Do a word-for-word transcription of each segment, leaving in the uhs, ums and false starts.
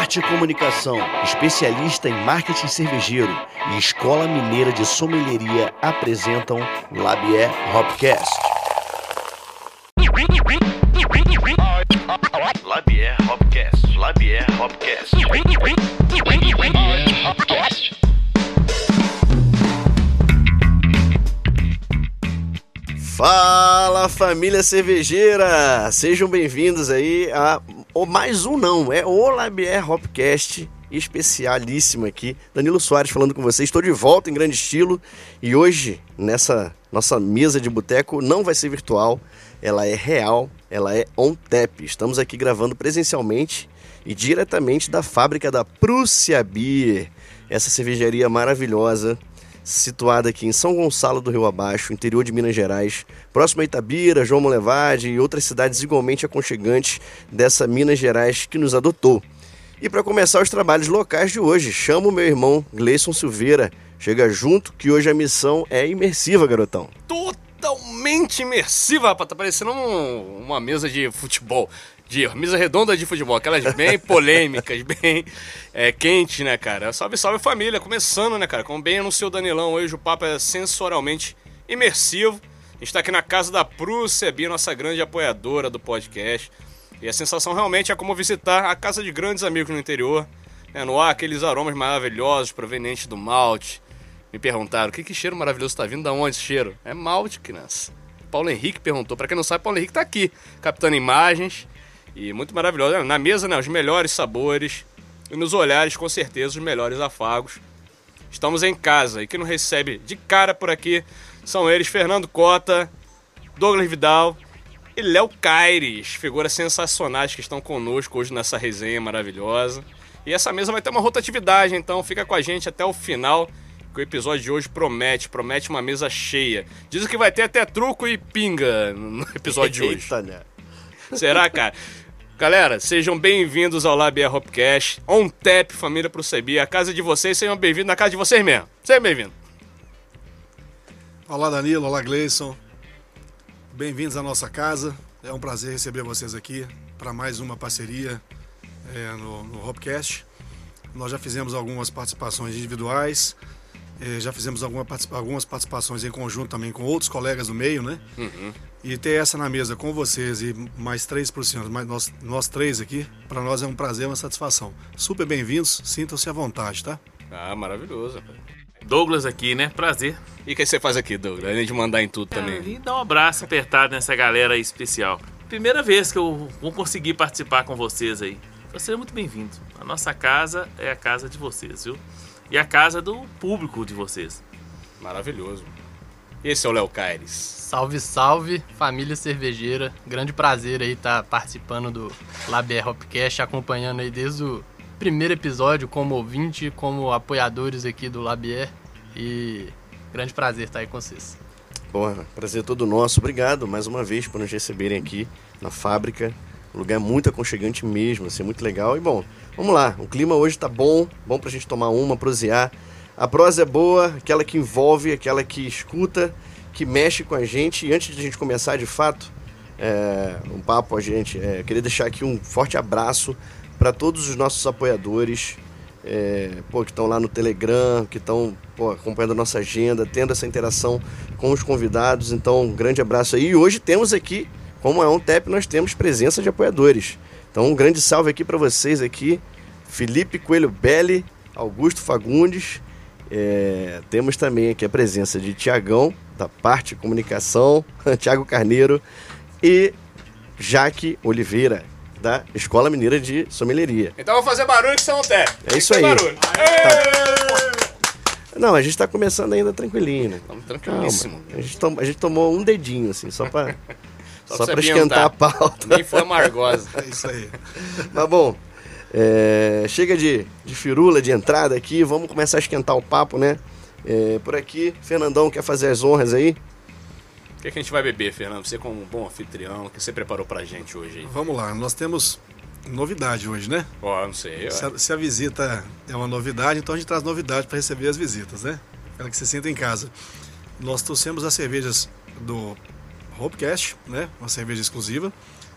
Parte Comunicação, especialista em marketing cervejeiro, e Escola Mineira de Sommelieria apresentam Labier Hopcast. Labier Hopcast. Labier Hopcast. Fala, família cervejeira! Sejam bem-vindos aí a o mais um não, é o Labier Hopcast especialíssimo aqui. Danilo Soares falando com vocês, estou de volta em grande estilo e hoje, nessa nossa mesa de boteco, não vai ser virtual, ela é real, ela é on-tap. Estamos aqui gravando presencialmente e diretamente da fábrica da Prússia Beer, essa cervejaria maravilhosa, situada aqui em São Gonçalo do Rio Abaixo, interior de Minas Gerais, próximo a Itabira, João Molevade e outras cidades igualmente aconchegantes dessa Minas Gerais que nos adotou. E para começar os trabalhos locais de hoje, chamo o meu irmão Gleison Silveira. Chega junto que hoje a missão é imersiva, garotão. Totalmente imersiva, rapaz. Tá parecendo um, uma mesa de futebol. De mesa redonda de futebol, aquelas bem polêmicas, bem é, quentes, né, cara? Salve, salve família, começando, né, cara? Como bem anunciou o Danilão, hoje o papo é sensorialmente imersivo. A gente tá aqui na casa da Prússia Beer, nossa grande apoiadora do podcast. E a sensação realmente é como visitar a casa de grandes amigos no interior, né? No ar, aqueles aromas maravilhosos provenientes do malte. Me perguntaram, que, que cheiro maravilhoso tá vindo? Da onde esse cheiro? É malte, criança. Paulo Henrique perguntou. Pra quem não sabe, Paulo Henrique tá aqui, captando imagens. E muito maravilhoso. Na mesa, né, os melhores sabores. E nos olhares, com certeza, os melhores afagos. Estamos em casa. E quem não recebe de cara por aqui são eles, Fernando Cota, Douglas Vidal e Léo Caires. Figuras sensacionais que estão conosco hoje nessa resenha maravilhosa. E essa mesa vai ter uma rotatividade, então fica com a gente até o final. Que o episódio de hoje promete, promete uma mesa cheia. Dizem que vai ter até truco e pinga no episódio de hoje. Eita, né? Será, cara? Galera, sejam bem-vindos ao Labier Hopcast, on-tap, família Prússia Beer, a casa de vocês, sejam bem-vindos na casa de vocês mesmo. Sejam bem-vindos. Olá, Danilo, olá, Gleison. Bem-vindos à nossa casa. É um prazer receber vocês aqui para mais uma parceria é, no, no Hopcast. Nós já fizemos algumas participações individuais, é, já fizemos alguma, algumas participações em conjunto também com outros colegas do meio, né? Uhum. E ter essa na mesa com vocês e mais três prussianos, mais nós, nós três aqui, para nós é um prazer, uma satisfação. Super bem-vindos, sintam-se à vontade, tá? Ah, maravilhoso, rapaz. Douglas aqui, né? Prazer. E o que você faz aqui, Douglas? Além de mandar em tudo Cara, também. vim dar um abraço apertado nessa galera aí especial. Primeira vez que eu vou conseguir participar com vocês aí. Você é muito bem-vindo. A nossa casa é a casa de vocês, viu? E a casa do público de vocês. Maravilhoso. Esse é o Léo Caires. Salve, salve, família cervejeira. Grande prazer aí estar participando do Labier Hopcast, acompanhando aí desde o primeiro episódio como ouvinte, como apoiadores aqui do Labier. E grande prazer estar aí com vocês. Bom, prazer todo nosso. Obrigado mais uma vez por nos receberem aqui na fábrica. Um lugar muito aconchegante mesmo, assim, muito legal. E bom, vamos lá. O clima hoje tá bom, bom pra gente tomar uma, prosear. A prosa é boa, aquela que envolve, aquela que escuta, que mexe com a gente. E antes de a gente começar, de fato, é, um papo, a gente é, queria deixar aqui um forte abraço para todos os nossos apoiadores, é, pô, que estão lá no Telegram, que estão acompanhando a nossa agenda, tendo essa interação com os convidados. Então, um grande abraço aí. E hoje temos aqui, como é um tap, nós temos presença de apoiadores. Então, um grande salve aqui para vocês aqui. Felipe Coelho Belli, Augusto Fagundes. É, temos também aqui a presença de Tiagão, da Parte Comunicação, Thiago Carneiro e Jaque Oliveira, da Escola Mineira de Sommelieria. Então vou fazer barulho que são até. É isso aí. Barulho. Tá. Não, a gente tá começando ainda tranquilinho, né? Estamos tranquilíssimo. A gente, tom, a gente tomou um dedinho, assim, só pra, só só pra esquentar a pauta. Nem foi amargosa. É isso aí. Mas bom, é, chega de, de firula, de entrada aqui, vamos começar a esquentar o papo, né? É, por aqui, Fernandão quer fazer as honras aí? O que, é que a gente vai beber, Fernando? Você como um bom anfitrião, o que você preparou pra gente hoje aí? Vamos lá, nós temos novidade hoje, né? Ó, oh, não sei. Se a, se a visita é uma novidade, então a gente traz novidade para receber as visitas, né? Para que você sinta em casa. Nós trouxemos as cervejas do Hopcast, né? Uma cerveja exclusiva.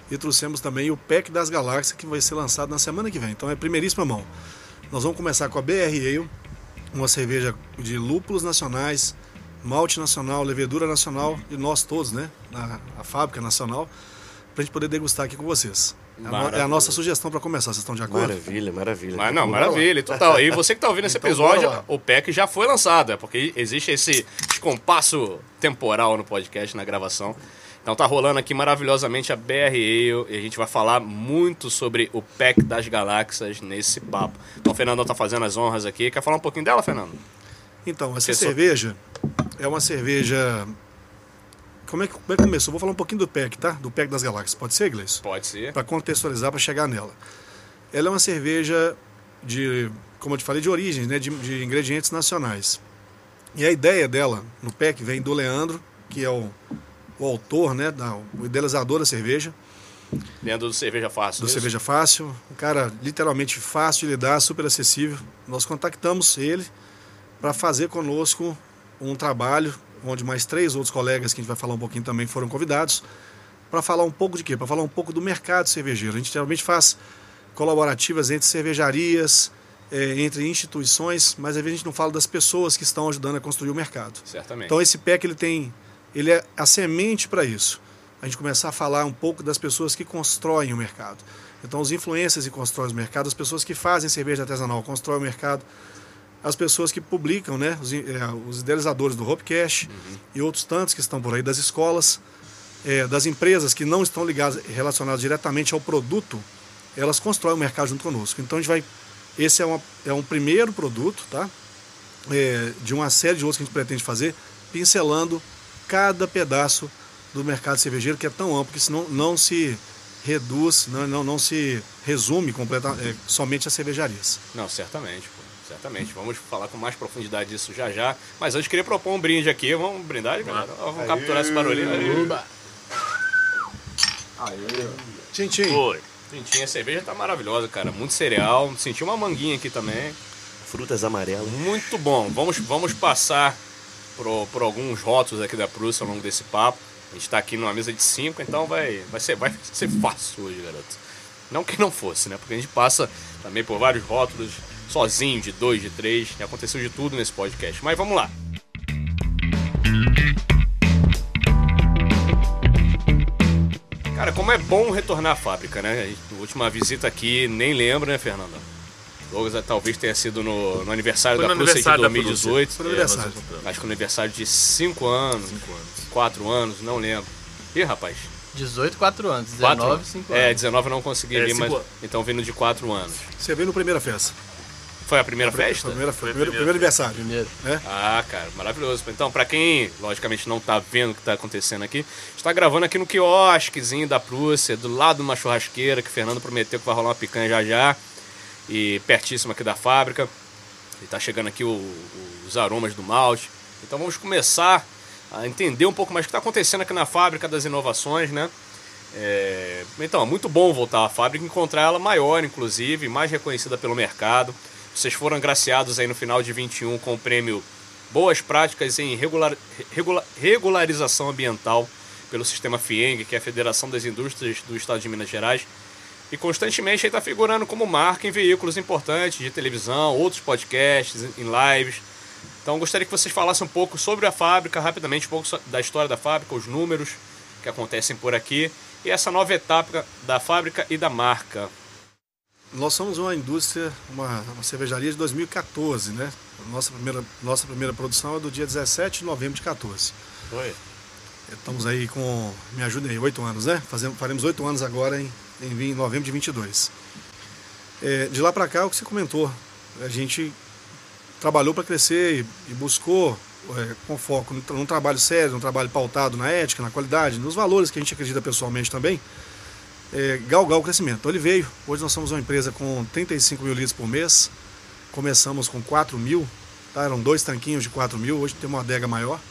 e trouxemos também o Pack das Galáxias, que vai ser lançado na semana que vem. Então é primeiríssima mão. Nós vamos começar com a B R Ale, uma cerveja de lúpulos nacionais, malte nacional, levedura nacional, e nós todos, né, na a fábrica nacional, para a gente poder degustar aqui com vocês. É a, no, é a nossa sugestão para começar, vocês estão de acordo? Maravilha, maravilha. Mas não, maravilha, total. E você que está ouvindo esse Então, episódio, bora lá. o Pack já foi lançado, é porque existe esse descompasso temporal no podcast, na gravação. Então tá rolando aqui maravilhosamente a B R Ale e a gente vai falar muito sobre o Pack das Galáxias nesse papo. Então o Fernando tá fazendo as honras aqui. Quer falar um pouquinho dela, Fernando? Então, essa Porque só- cerveja é uma cerveja... Como é, que, como é que começou? Vou falar um pouquinho do Pack, tá? Do Pack das Galáxias. Pode ser, Gleison? Pode ser. Para contextualizar, para chegar nela. Ela é uma cerveja de, como eu te falei, de origem, né, de, de ingredientes nacionais. E a ideia dela no Pack vem do Leandro, que é o, o autor, né, da, o idealizador da cerveja, Dentro do Cerveja Fácil. do isso? Cerveja Fácil. Um cara literalmente fácil de lidar, super acessível. Nós contactamos ele para fazer conosco um trabalho, onde mais três outros colegas, que a gente vai falar um pouquinho também, foram convidados, para falar um pouco de quê? Para falar um pouco do mercado cervejeiro. A gente geralmente faz colaborativas entre cervejarias, é, entre instituições, mas às vezes a gente não fala das pessoas que estão ajudando a construir o mercado. Certamente. Então esse Pack ele tem, ele é a semente para isso. A gente começar a falar um pouco das pessoas que constroem o mercado. Então os influencers que constroem o mercado, as pessoas que fazem cerveja artesanal constroem o mercado, as pessoas que publicam, né, os, é, os idealizadores do Hopcast uhum. e outros tantos que estão por aí, das escolas, é, das empresas que não estão ligadas, relacionadas diretamente ao produto, elas constroem o mercado junto conosco. Então a gente vai, esse é, uma, é um primeiro produto, tá? É, de uma série de outros que a gente pretende fazer, pincelando cada pedaço do mercado cervejeiro, que é tão amplo que senão não se reduz, não, não, não se resume completa, é, somente a cervejarias. Não, certamente, pô. Certamente. Vamos falar com mais profundidade disso já já. Mas antes queria propor um brinde aqui. Vamos brindar, galera? Vamos capturar esse barulhinho. Aí. Uba. Tchim, tchim. Foi. Tinha, a cerveja tá maravilhosa, cara. Muito cereal. Senti uma manguinha aqui também. Frutas amarelas. Muito bom. Vamos, vamos passar por, por alguns rótulos aqui da Prússia ao longo desse papo. A gente tá aqui numa mesa de cinco, então vai, vai, ser, vai ser fácil hoje, garoto. Não que não fosse, né? Porque a gente passa também por vários rótulos, sozinho, de dois, de três. E aconteceu de tudo nesse podcast. Mas vamos lá. Cara, como é bom retornar à fábrica, né? A última visita aqui, nem lembro, né, Fernanda? Douglas talvez tenha sido no, no aniversário Foi da no Prússia aniversário de da dois mil e dezoito. Foi no É, aniversário. nós encontramos. Acho que no aniversário de cinco anos, Cinco anos. quatro anos, não lembro. Ih, rapaz. dezoito, quatro anos. quatro dezenove, cinco É, anos. dezenove eu não consegui É, vir, cinco mas anos. então vindo de quatro anos. Você veio no primeira festa. Foi a primeira festa? Primeira, Foi a primeiro, primeira primeiro aniversário. Primeiro. Né? Ah, cara, maravilhoso. Então, pra quem, logicamente, não tá vendo o que tá acontecendo aqui, está gravando aqui no quiosquezinho da Prússia, do lado de uma churrasqueira, que o Fernando prometeu que vai rolar uma picanha já já, e pertíssimo aqui da fábrica. E tá chegando aqui o, o, os aromas do malte. Então vamos começar a entender um pouco mais o que está acontecendo aqui na fábrica das inovações, né? É, então, é muito bom voltar à fábrica e encontrar ela maior, inclusive, mais reconhecida pelo mercado. Vocês foram agraciados aí no final de vinte e um com o prêmio Boas Práticas em regular, regular, Regularização Ambiental pelo Sistema FIENG, que é a Federação das Indústrias do Estado de Minas Gerais. E constantemente está figurando como marca em veículos importantes de televisão, outros podcasts, em lives. Então gostaria que vocês falassem um pouco sobre a fábrica, rapidamente, um pouco da história da fábrica, os números que acontecem por aqui e essa nova etapa da fábrica e da marca. Nós somos uma indústria, uma, uma cervejaria de dois mil e quatorze, né? Nossa primeira, nossa primeira produção é do dia dezessete de novembro de quatorze. Oi. Estamos aí com, me ajudem aí, oito anos, né? Fazemos, faremos oito anos agora em, em novembro de vinte e dois. É, de lá para cá, o que você comentou, a gente trabalhou para crescer e, e buscou, é, com foco num, num trabalho sério, num trabalho pautado na ética, na qualidade, nos valores que a gente acredita pessoalmente também, é, galgar o crescimento. Então ele veio, hoje nós somos uma empresa com trinta e cinco mil litros por mês, começamos com quatro mil, tá? Eram dois tanquinhos de quatro mil, hoje tem uma adega maior.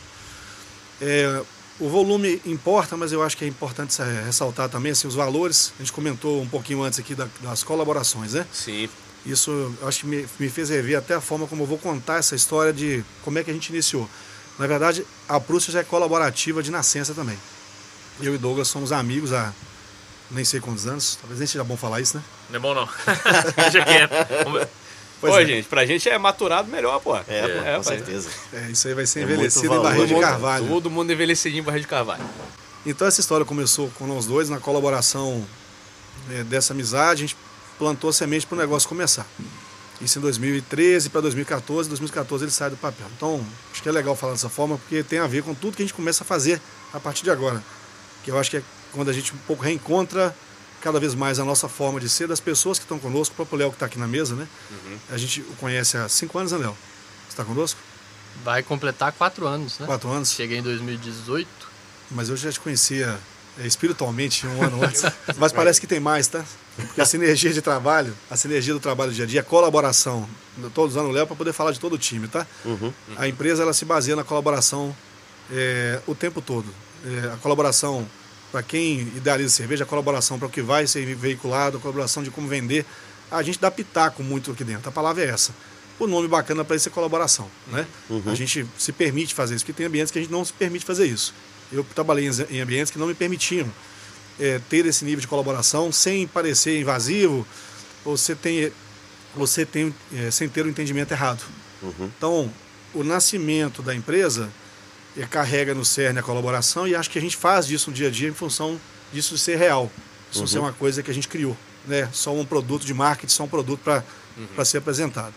É, o volume importa, mas eu acho que é importante ressaltar também assim, os valores. A gente comentou um pouquinho antes aqui da, das colaborações, né? Sim. Isso eu acho que me, me fez rever até a forma como eu vou contar essa história de como é que a gente iniciou. Na verdade, a Prússia já é colaborativa de nascença também. Eu e Douglas somos amigos há nem sei quantos anos, talvez nem seja bom falar isso, né? Não é bom não. Deixa quieto. Pois Pô, é. gente, pra gente é maturado melhor, pô. É, pô, É, com pai. certeza. É, isso aí vai ser É envelhecido muito em barril de valor, carvalho. Todo mundo envelhecidinho em barril de carvalho. Então essa história começou com nós dois, na colaboração é, dessa amizade, a gente plantou a semente para o negócio começar. Isso em dois mil e treze para dois mil e quatorze, dois mil e quatorze ele sai do papel. Então, acho que é legal falar dessa forma, porque tem a ver com tudo que a gente começa a fazer a partir de agora. Que eu acho que é quando a gente um pouco reencontra cada vez mais a nossa forma de ser das pessoas que estão conosco, o próprio Léo que está aqui na mesa, né? Uhum. A gente o conhece há cinco anos, né, Léo? Você está conosco? Vai completar quatro anos, né? Quatro anos. Cheguei em dois mil e dezoito. Mas eu já te conhecia é, espiritualmente um ano antes. Mas parece que tem mais, tá? Porque a sinergia de trabalho, a sinergia do trabalho do dia a dia, a colaboração. Eu estou usando o Léo para poder falar de todo o time, tá? Uhum. A empresa ela se baseia na colaboração é, o tempo todo. É, a colaboração para quem idealiza cerveja, a colaboração para o que vai ser veiculado, a colaboração de como vender. A gente dá pitaco muito aqui dentro. A palavra é essa. O nome bacana para isso é colaboração, né? Uhum. A gente se permite fazer isso, porque tem ambientes que a gente não se permite fazer isso. Eu trabalhei em ambientes que não me permitiam é, ter esse nível de colaboração sem parecer invasivo, ou você tem, você tem é, sem ter o entendimento errado. Uhum. Então, o nascimento da empresa é, carrega no cerne a colaboração e acho que a gente faz disso no dia a dia em função disso ser real. Isso uhum. não ser uma coisa que a gente criou, né? Só um produto de marketing, só um produto para uhum. para ser apresentado.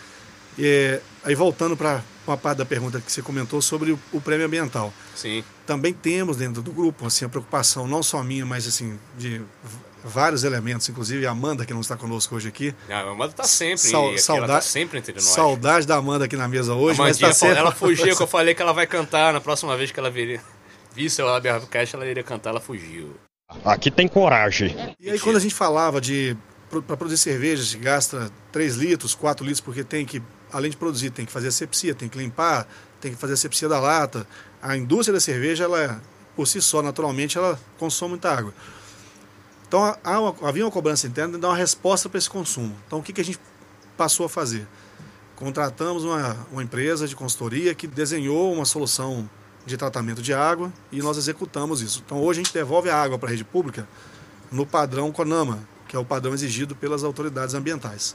E, aí voltando para uma parte da pergunta que você comentou sobre o, o prêmio ambiental. Sim. Também temos dentro do grupo assim, a preocupação, não só minha, mas assim, de vários elementos, inclusive a Amanda, que não está conosco hoje aqui. Ah, a Amanda está sempre, Sau, saudade, ela tá sempre entre nós. Saudade da Amanda aqui na mesa hoje. Mas tá sempre... Ela fugiu, que eu falei que ela vai cantar na próxima vez que ela viria. Visse o Labcast, ela iria cantar, ela fugiu. Aqui tem coragem. E aí quando a gente falava de para produzir cerveja, se gasta três litros, quatro litros, porque tem que, além de produzir, tem que fazer asepsia, tem que limpar, tem que fazer asepsia da lata. A indústria da cerveja, ela, por si só, naturalmente, ela consome muita água. Então, há uma, havia uma cobrança interna de dar uma resposta para esse consumo. Então, o que, que a gente passou a fazer? Contratamos uma, uma empresa de consultoria que desenhou uma solução de tratamento de água e nós executamos isso. Então, hoje a gente devolve a água para a rede pública no padrão CONAMA, que é o padrão exigido pelas autoridades ambientais.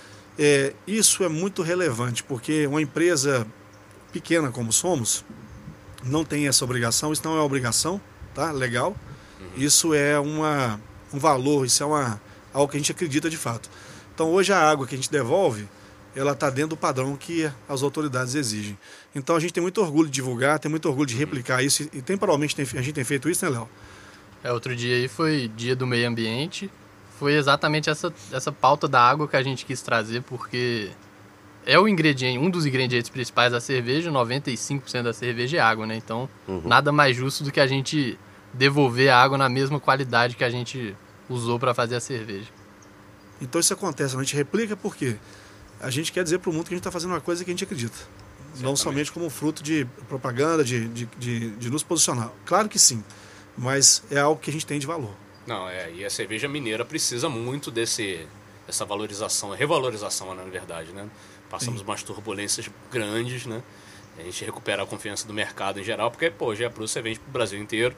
É, isso é muito relevante, porque uma empresa pequena como somos, não tem essa obrigação, isso não é uma obrigação, tá? Legal. Isso é uma, um valor, isso é uma, algo que a gente acredita de fato. Então hoje a água que a gente devolve, ela está dentro do padrão que as autoridades exigem. Então a gente tem muito orgulho de divulgar, tem muito orgulho de replicar isso, e temporalmente tem, a gente tem feito isso, né, Léo? É, outro dia aí foi dia do meio ambiente, foi exatamente essa, essa pauta da água que a gente quis trazer, porque é o ingrediente, um dos ingredientes principais da cerveja, noventa e cinco por cento da cerveja é água, né? Então, uhum. nada mais justo do que a gente devolver a água na mesma qualidade que a gente usou para fazer a cerveja. Então isso acontece, a gente replica porque a gente quer dizer para o mundo que a gente está fazendo uma coisa que a gente acredita. Certamente. Não somente como fruto de propaganda, de, de, de, de nos posicionar. Claro que sim, mas é algo que a gente tem de valor. Não, é, e a cerveja mineira precisa muito desse, dessa valorização, revalorização, na verdade, né? Passamos Sim. umas turbulências grandes, né? A gente recupera a confiança do mercado em geral, porque, pô, G E Plus você vende pro Brasil inteiro.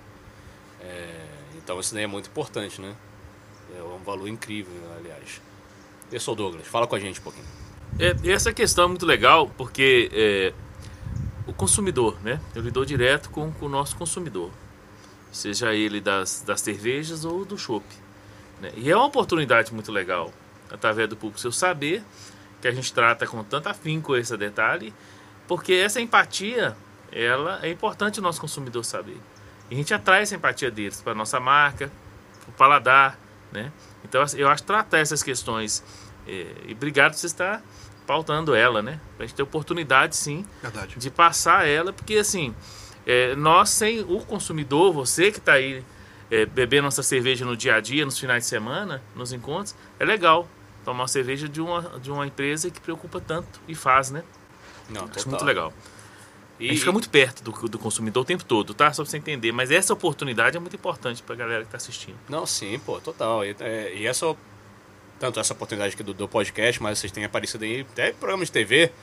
É, então isso daí é muito importante, né? É um valor incrível, aliás. Eu sou o Douglas, fala com a gente um pouquinho. É, essa questão é muito legal, porque é, o consumidor, né? Eu lido direto com, com o nosso consumidor. Seja ele das, das cervejas ou do chopp, né? E é uma oportunidade muito legal, através do público, seu saber que a gente trata com tanto afinco esse detalhe, porque essa empatia, ela é importante o nosso consumidor saber. E a gente atrai essa empatia deles para a nossa marca, para o paladar, né? Então eu acho que tratar essas questões, é, e obrigado por você estar pautando ela, né? Para a gente ter oportunidade, sim, Verdade. de passar ela, porque assim... É, nós, sem o consumidor, você que está aí é, bebendo nossa cerveja no dia a dia, nos finais de semana, nos encontros, é legal tomar uma cerveja de uma, de uma empresa que preocupa tanto e faz, né? Não, Acho total. muito legal. E, a gente fica muito perto do, do consumidor o tempo todo, tá? Só para você entender. Mas essa oportunidade é muito importante para a galera que está assistindo. Não, sim, pô, total. E, é, e essa, tanto essa oportunidade aqui do, do podcast, mas vocês têm aparecido aí até em programas de T V,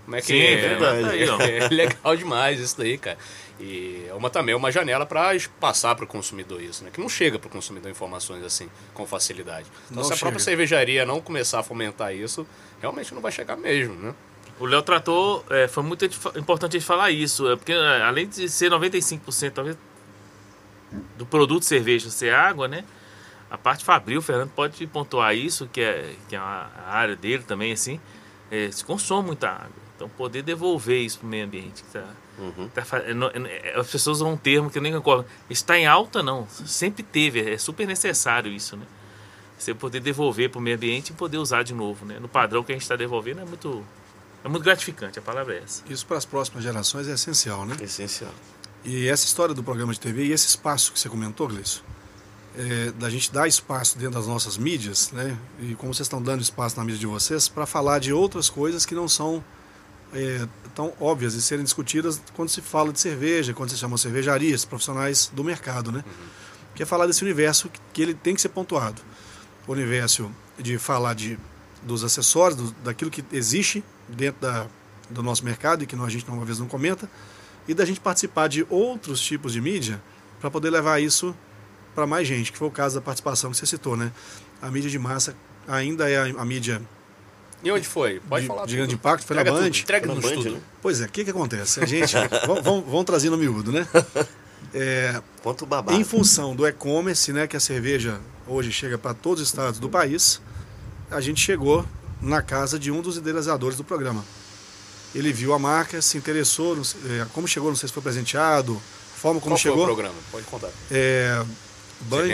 Como é que Sim, é? é verdade. Tá aí, ó. É legal demais isso daí, cara. E é uma, também é uma janela para passar para o consumidor isso, né? Que não chega para o consumidor informações assim com facilidade. Então, Não se a chega. própria cervejaria não começar a fomentar isso, realmente não vai chegar mesmo, né? O Léo tratou, é, foi muito importante ele falar isso, é, porque é, além de ser noventa e cinco por cento talvez, do produto cerveja ser água, né? A parte fabril, o Fernando pode pontuar isso, que é, que é a área dele também, assim, é, se consome muita água. Então, poder devolver isso para o meio ambiente. Que tá, Uhum. tá, é, não- é, as pessoas usam um termo que eu nem concordo. Está em alta, não. Sempre teve. É super necessário isso, né? Você poder devolver para o meio ambiente e poder usar de novo, né? No padrão que a gente está devolvendo é muito, é muito gratificante. A palavra é essa. Isso para as próximas gerações é essencial, né? Essencial. E essa história do programa de T V e esse espaço que você comentou, Gleison, é, da gente dar espaço dentro das nossas mídias, né? E como vocês estão dando espaço na mídia de vocês, para falar de outras coisas que não são é, tão óbvias de serem discutidas quando se fala de cerveja, quando se chama cervejarias, profissionais do mercado, né? Uhum. Que é falar desse universo que, que ele tem que ser pontuado. O universo de falar de, dos acessórios, do, daquilo que existe dentro da, do nosso mercado e que não, a gente uma vez não comenta, e da gente participar de outros tipos de mídia para poder levar isso para mais gente, que foi o caso da participação que você citou, né? A mídia de massa ainda é a, a mídia E onde foi? Pode de, falar de tudo. grande impacto, foi Entrega na Band. tudo, entrega Foi na no Band, estudo. né? Pois é, o que, que acontece? A gente, vamos, vamos, vamos trazer no miúdo, né? É, Quanto babado. em função do e-commerce, né, que a cerveja hoje chega para todos os estados do país, a gente chegou na casa de um dos idealizadores do programa. Ele viu a marca, se interessou, não sei, é, como chegou, não sei se foi presenteado, a forma como Qual foi chegou. o programa? Pode contar. É, Band.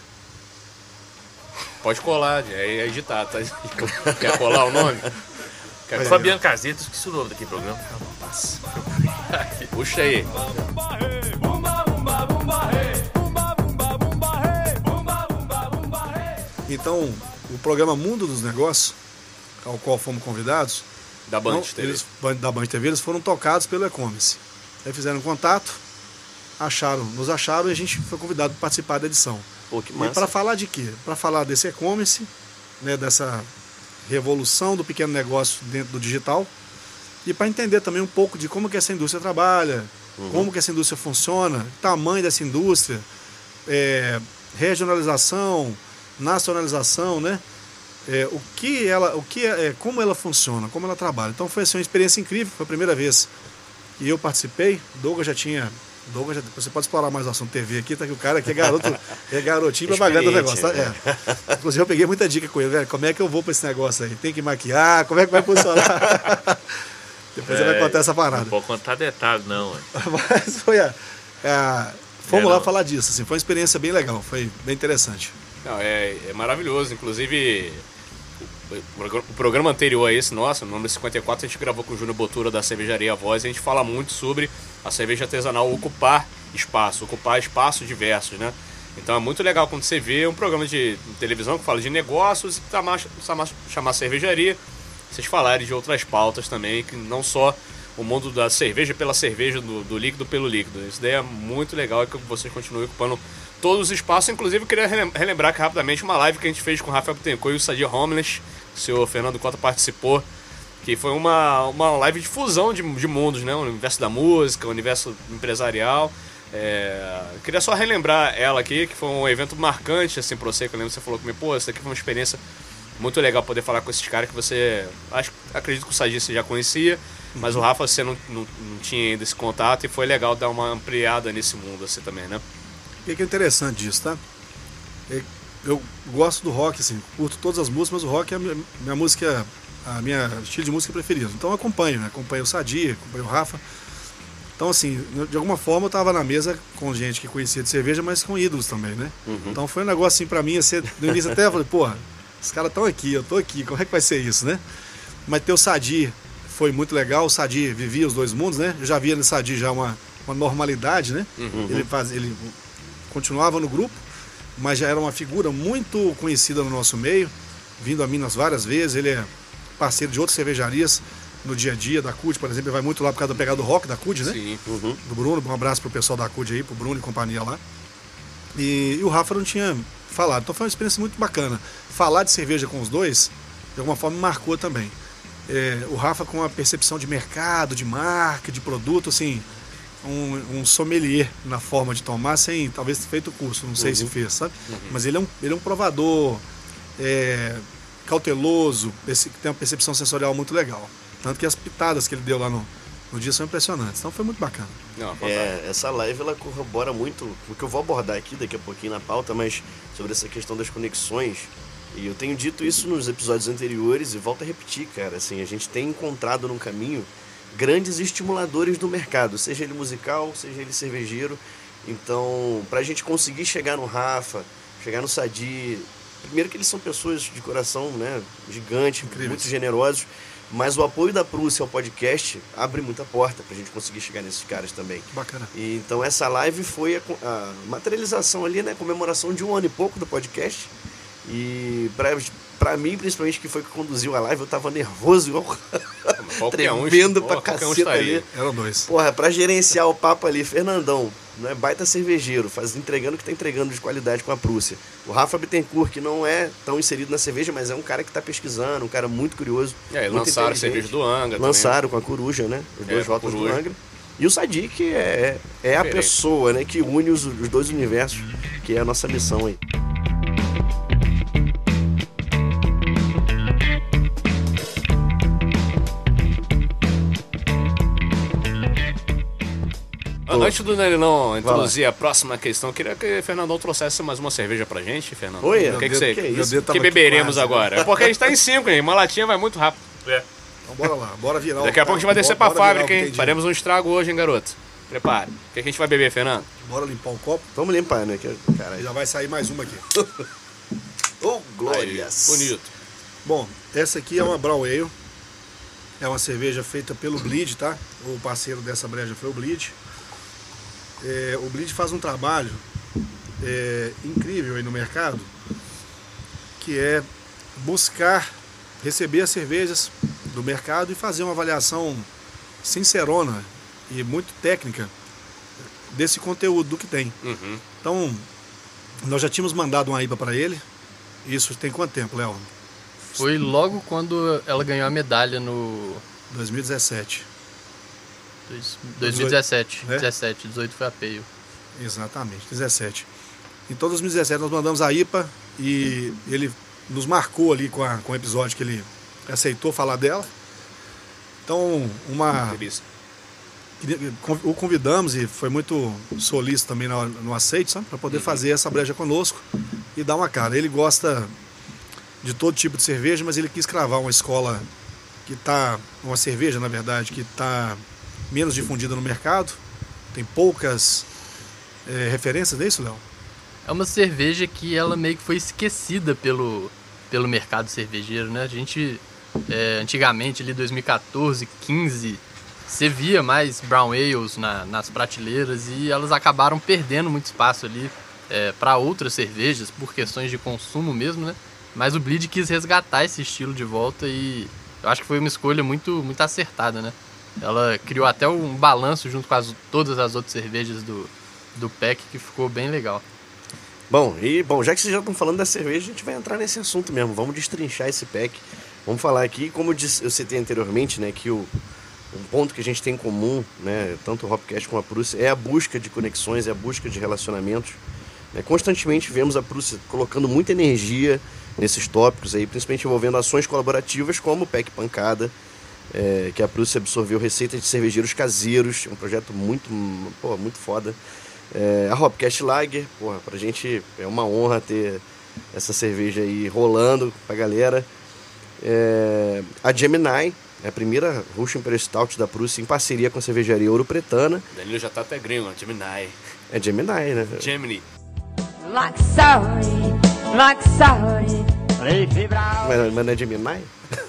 Pode colar, é editado, tá? Quer colar o nome? Quer Pois é. Fabiano Caseta, esqueci o nome daquele programa. Puxa aí. Então, o programa Mundo dos Negócios, ao qual fomos convidados, Da Band não, T V. eles, da Band T V, eles foram tocados pelo e-commerce. Aí fizeram contato, acharam, nos acharam e a gente foi convidado para participar da edição. Pô, que E massa. para falar de quê? Para falar desse e-commerce, né, dessa revolução do pequeno negócio dentro do digital e para entender também um pouco de como que essa indústria trabalha, Uhum. como que essa indústria funciona, tamanho dessa indústria, é, regionalização, nacionalização, né? É, o que ela, o que é, como ela funciona, como ela trabalha. Então foi assim, uma experiência incrível, foi a primeira vez que eu participei. Douglas já tinha, Douglas já, você pode explorar mais o assunto T V aqui, tá que o cara aqui é garoto, é garotinho propaganda do negócio, tá? Experiente, É. Inclusive eu peguei muita dica com ele, velho, como é que eu vou para esse negócio aí? Tem que maquiar, como é que vai funcionar? Depois ele vai contar essa parada. Não pode contar detalhe, não. Ué. Mas foi a, a fomos É, lá não. falar disso, assim, foi uma experiência bem legal, foi bem interessante. Não, é, é maravilhoso. Inclusive, o, o programa anterior a esse, nosso, no número cinquenta e quatro, a gente gravou com o Júnior Botura da Cervejaria Voz. E a gente fala muito sobre a cerveja artesanal ocupar espaço, ocupar espaços diversos, né? Então é muito legal quando você vê um programa de televisão que fala de negócios e chamar, chamar, chamar cervejaria, vocês falarem de outras pautas também, que não só o mundo da cerveja pela cerveja, do, do líquido pelo líquido. Isso daí é muito legal e que vocês continuem ocupando todos os espaços. Inclusive, eu queria relembrar que rapidamente uma live que a gente fez com o Rafael Bittencourt e o Sadia Homeless, o senhor Fernando Cota participou, que foi uma, uma live de fusão de, de mundos, né? O universo da música, o universo empresarial. É, eu queria só relembrar ela aqui, que foi um evento marcante assim, pra você, que eu lembro que você falou comigo, pô, isso aqui foi uma experiência muito legal poder falar com esses caras que você, acho, acredito que o Sadia você já conhecia, mas o Rafa você não, não, não tinha ainda esse contato e foi legal dar uma ampliada nesse mundo assim também, né? O que é interessante disso, tá? É, eu gosto do rock, assim, curto todas as músicas, mas o rock é a minha, minha música, a minha estilo de música preferido. Então eu acompanho, né? Acompanho o Sadia, acompanho o Rafa. Então, assim, de alguma forma eu estava na mesa com gente que conhecia de cerveja, mas com ídolos também, né? Uhum. Então foi um negócio assim pra mim, assim, no início até eu falei, porra, os caras estão aqui, eu tô aqui, como é que vai ser isso, né? Mas ter o Sadia foi muito legal, o Sadia vivia os dois mundos, né? Eu já via no Sadia já uma, uma normalidade, né? Uhum. Ele, faz, ele continuava no grupo, mas já era uma figura muito conhecida no nosso meio, vindo a Minas várias vezes, ele é parceiro de outras cervejarias no dia a dia, da C U D, por exemplo, ele vai muito lá por causa da pegada do rock da C U D, né? Sim. Uhum. Do Bruno, um abraço pro pessoal da C U D aí, pro Bruno e companhia lá. E, e o Rafa não tinha falado, então foi uma experiência muito bacana. Falar de cerveja com os dois, de alguma forma, me marcou também. É, o Rafa com a percepção de mercado, de marca, de produto, assim, um, um sommelier na forma de tomar, sem talvez ter feito o curso, não sei uhum. se fez, sabe? Uhum. Mas ele é um, ele é um provador é, cauteloso, esse, tem uma percepção sensorial muito legal. Tanto que as pitadas que ele deu lá no, no dia são impressionantes. Então foi muito bacana. Não, é, essa live ela corrobora muito o que eu vou abordar aqui daqui a pouquinho na pauta, mas sobre essa questão das conexões. E eu tenho dito isso nos episódios anteriores e volto a repetir, cara. Assim, a gente tem encontrado no caminho grandes estimuladores do mercado, seja ele musical, seja ele cervejeiro. Então, pra gente conseguir chegar no Rafa, chegar no Sadi, primeiro que eles são pessoas de coração, né, gigante, incrível, muito generosos, mas o apoio da Prússia ao podcast abre muita porta pra gente conseguir chegar nesses caras também. Bacana. E, então essa live foi a, a materialização ali, né, comemoração de um ano e pouco do podcast. E pra, pra mim, principalmente, que foi que conduziu a live, eu tava nervoso, igual tremendo um, pra porra, caceta um ali. Eram dois. Porra, pra gerenciar o papo ali, Fernandão, né, baita cervejeiro, faz, entregando o que tá entregando de qualidade com a Prússia. O Rafa Bittencourt, que não é tão inserido na cerveja, mas é um cara que tá pesquisando, um cara muito curioso. É, muito lançaram a cerveja do Angra. Lançaram também com a Coruja, né? Os dois é, rótulos do Angra. E o Sadi, que é, é a pessoa, né, que une os, os dois universos, que é a nossa missão aí. Antes do Danilão introduzir a próxima questão, eu queria que o Fernandão trouxesse mais uma cerveja pra gente, Fernando. Oi, o que, que, você, que, é isso? que beberemos quase, agora? Né? Porque a gente tá em cinco, hein? Uma latinha vai muito rápido. É. Então bora lá, bora virar. Daqui a pouco a gente vai descer bora, pra bora fábrica, hein? Faremos um estrago hoje, hein, garoto? Prepare. O que a gente vai beber, Fernando? Bora limpar o copo? Vamos limpar, né? Caralho. Já vai sair mais uma aqui. Oh, glórias! Aí, bonito. Bom, essa aqui é uma Brown Ale. É uma cerveja feita pelo Bleed, tá? O parceiro dessa breja foi o Bleed. É, o Bleed faz um trabalho é, incrível aí no mercado, que é buscar receber as cervejas do mercado e fazer uma avaliação sincerona e muito técnica desse conteúdo do que tem. Uhum. Então, nós já tínhamos mandado uma I P A para ele. Isso tem quanto tempo, Léo? Foi logo quando ela ganhou a medalha no... dois mil e dezessete. dois mil e dezessete. É? dezessete, dezoito foi a Peio. Exatamente, dezessete. Então, em dois mil e dezessete, nós mandamos a I P A e ele nos marcou ali com, a, com o episódio que ele aceitou falar dela. Então, uma... o convidamos e foi muito solícito também no, no aceite, sabe? Para poder fazer essa breja conosco e dar uma cara. Ele gosta de todo tipo de cerveja, mas ele quis cravar uma escola que está... Uma cerveja, na verdade, que está menos difundida no mercado. Tem poucas é, referências, não é isso, Léo? É uma cerveja que ela meio que foi esquecida pelo, pelo mercado cervejeiro, né? A gente, é, antigamente, ali dois mil e quatorze, quinze, você via mais brown ales na, nas prateleiras e elas acabaram perdendo muito espaço ali é, para outras cervejas, por questões de consumo mesmo, né? Mas o Bleed quis resgatar esse estilo de volta e eu acho que foi uma escolha muito, muito acertada, né? Ela criou até um balanço junto com as, todas as outras cervejas do, do pack que ficou bem legal. Bom, e bom, já que vocês já estão falando da cerveja, a gente vai entrar nesse assunto mesmo. Vamos destrinchar esse pack. Vamos falar aqui, como eu, disse, eu citei anteriormente, né, que o, um ponto que a gente tem em comum, né, tanto o Hopcast como a Prússia, é a busca de conexões, é a busca de relacionamentos. Né? Constantemente vemos a Prússia colocando muita energia nesses tópicos aí, principalmente envolvendo ações colaborativas como o Pack Pancada, é, que a Prússia absorveu receitas de cervejeiros caseiros, um projeto muito, pô, muito foda. É, a Hopcast Lager, porra, pra gente é uma honra ter essa cerveja aí rolando pra galera. É, a Gemini, é a primeira Russian Imperial Stout da Prússia em parceria com a cervejaria Ouro Pretana. Danilo já tá até gringo, Gemini. É Gemini, né? Gemini. Like sorry, like sorry. Mas, mas não é Gemini?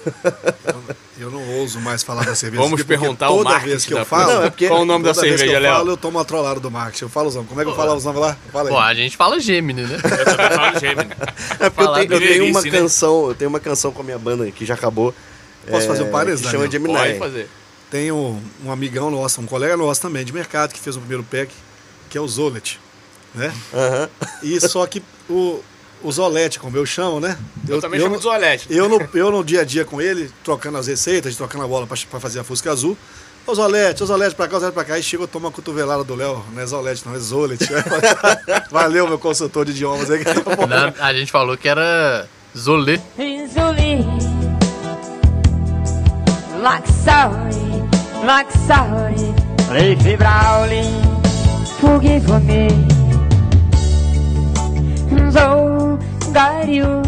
Eu não ouso mais falar da cerveja. Vamos perguntar toda o marketing vez que da eu falo, não, é porque qual o nome da toda vez cerveja, que eu Léo? falo, eu tomo uma trollada do marketing. Eu falo os nomes. Como é que eu falo os nomes lá? Fala aí. Pô, a gente fala Gemini, né? Eu também falo Gemini. É porque eu tenho, eu tenho uma né? canção, eu tenho uma canção com a minha banda que já acabou. Posso é, fazer um parênteses, que chama Daniel? Gemini. Pode fazer. Tem um, um amigão nosso, um colega nosso também de mercado, que fez o primeiro pack, que é o Zolet, né? Aham. E só que o, o Zolete, como eu chamo, né? Eu, também chamo no, de Zolete. Eu no, eu no dia a dia com ele, trocando as receitas, trocando a bola para fazer a Fusca Azul. Ô Zolete, ô Zolete pra cá, ô Zolete pra cá. Aí chega, eu tomo uma cotovelada do Léo. Não é Zolete, não, é Zolete. Valeu, meu consultor de idiomas aí. Não, a gente falou que era Zolê. Zuli, Laxauri, Laxauri, Leify Brauli, Forgive me, Zongariu.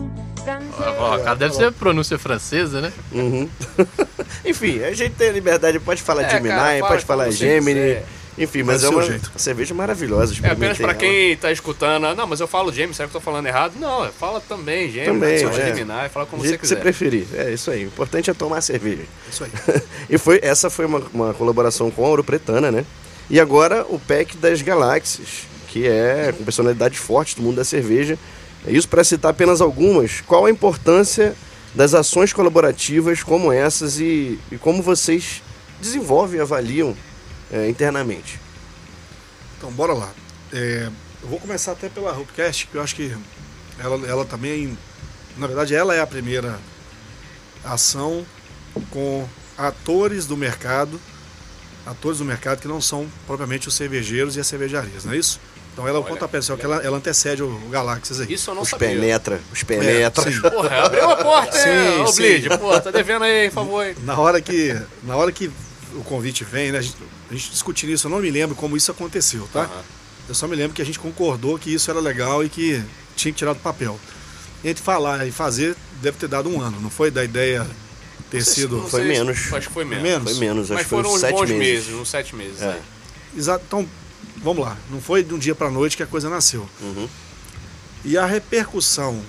Ó, cara, deve ser pronúncia francesa, né? Uhum. Enfim, a gente tem a liberdade, pode falar É, Gemini, cara, fala pode falar como você Gemini. quiser. Enfim, mas Do é seu uma jeito. cerveja maravilhosa. É apenas experimentei pra ela. quem tá escutando. ah, Não, mas eu falo James, será que eu tô falando errado? Não, fala também, James. Também, Pode é. eliminar e fala como Do você jeito que você quiser. preferir. É isso aí. O importante é tomar cerveja. Isso aí. E foi, essa foi uma, uma colaboração com a Ouro Pretana, né? E agora o Pack das Galáxias, que é com personalidades fortes do mundo da cerveja. É isso para citar apenas algumas. Qual a importância das ações colaborativas como essas e, e como vocês desenvolvem e avaliam é, internamente? Então, bora lá. É, eu vou começar até pela Hopcast, que eu acho que ela, ela também, na verdade, ela é a primeira ação com atores do mercado, atores do mercado que não são propriamente os cervejeiros e as cervejarias, não é isso? Então ela é o Olha, pontapé, só que ela, ela antecede o, o Galáxias aí. Isso eu não Os sabia. penetra, os penetra. É, sim. Porra, abriu uma porta, Sim, hein, ô sim. Bleed? Pô, tá devendo aí, por favor. Aí. Na hora que, na hora que o convite vem, né, a gente, a gente discutindo isso, eu não me lembro como isso aconteceu, tá? Aham. Eu só me lembro que a gente concordou que isso era legal e que tinha que tirar do papel. Entre falar e fazer, deve ter dado um ano, não foi da ideia ter sido... Não Foi sei se- menos. Acho que foi menos. menos? Foi menos, Mas acho que foi foram uns uns sete bons meses. meses, uns sete meses. É. aí. Exato, então, vamos lá. Não foi de um dia para noite que a coisa nasceu. Uhum. E a repercussão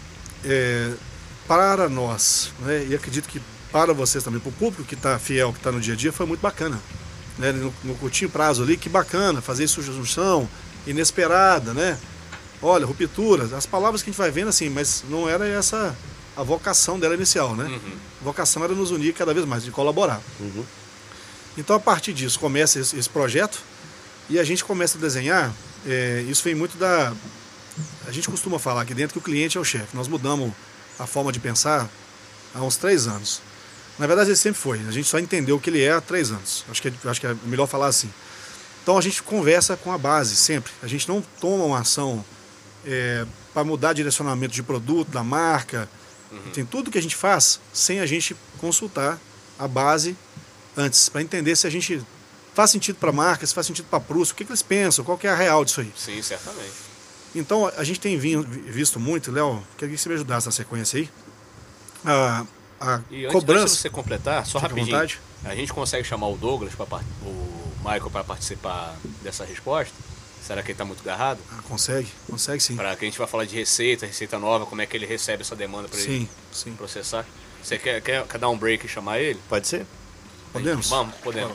é, para nós, né, e acredito que para vocês também, para o público que está fiel, que está no dia a dia, foi muito bacana. Né, no, no curtinho prazo ali, que bacana, fazer isso junção inesperada, né? Olha, rupturas, as palavras que a gente vai vendo assim, mas não era essa a vocação dela inicial, né? Uhum. A vocação era nos unir cada vez mais, de colaborar. Uhum. Então, a partir disso, começa esse, esse projeto e a gente começa a desenhar. É, isso vem muito da... A gente costuma falar aqui dentro que o cliente é o chefe. Nós mudamos a forma de pensar há uns três anos. Na verdade, ele sempre foi. A gente só entendeu o que ele é há três anos. Acho que, é, acho que é melhor falar assim. Então, a gente conversa com a base sempre. A gente não toma uma ação é, para mudar direcionamento de produto, da marca. Uhum. Tem tudo que a gente faz sem a gente consultar a base antes, para entender se a gente faz sentido para a marca, se faz sentido para a Prússia, o que, que eles pensam, qual que é a real disso aí. Sim, certamente. Então, a gente tem vindo, visto muito, Léo, queria que você me ajudasse na sequência aí, a, a E antes, cobrança... antes de você completar, só Fica à rapidinho. vontade. A gente consegue chamar o Douglas, pra, par- o Michael, para participar dessa resposta? Será que ele está muito agarrado? Ah, consegue, consegue sim. Para que a gente vai falar de receita, receita nova, como é que ele recebe essa demanda para ele Sim, sim. processar. Você quer, quer, quer dar um break e chamar ele? Pode ser? Podemos? Vamos, podemos.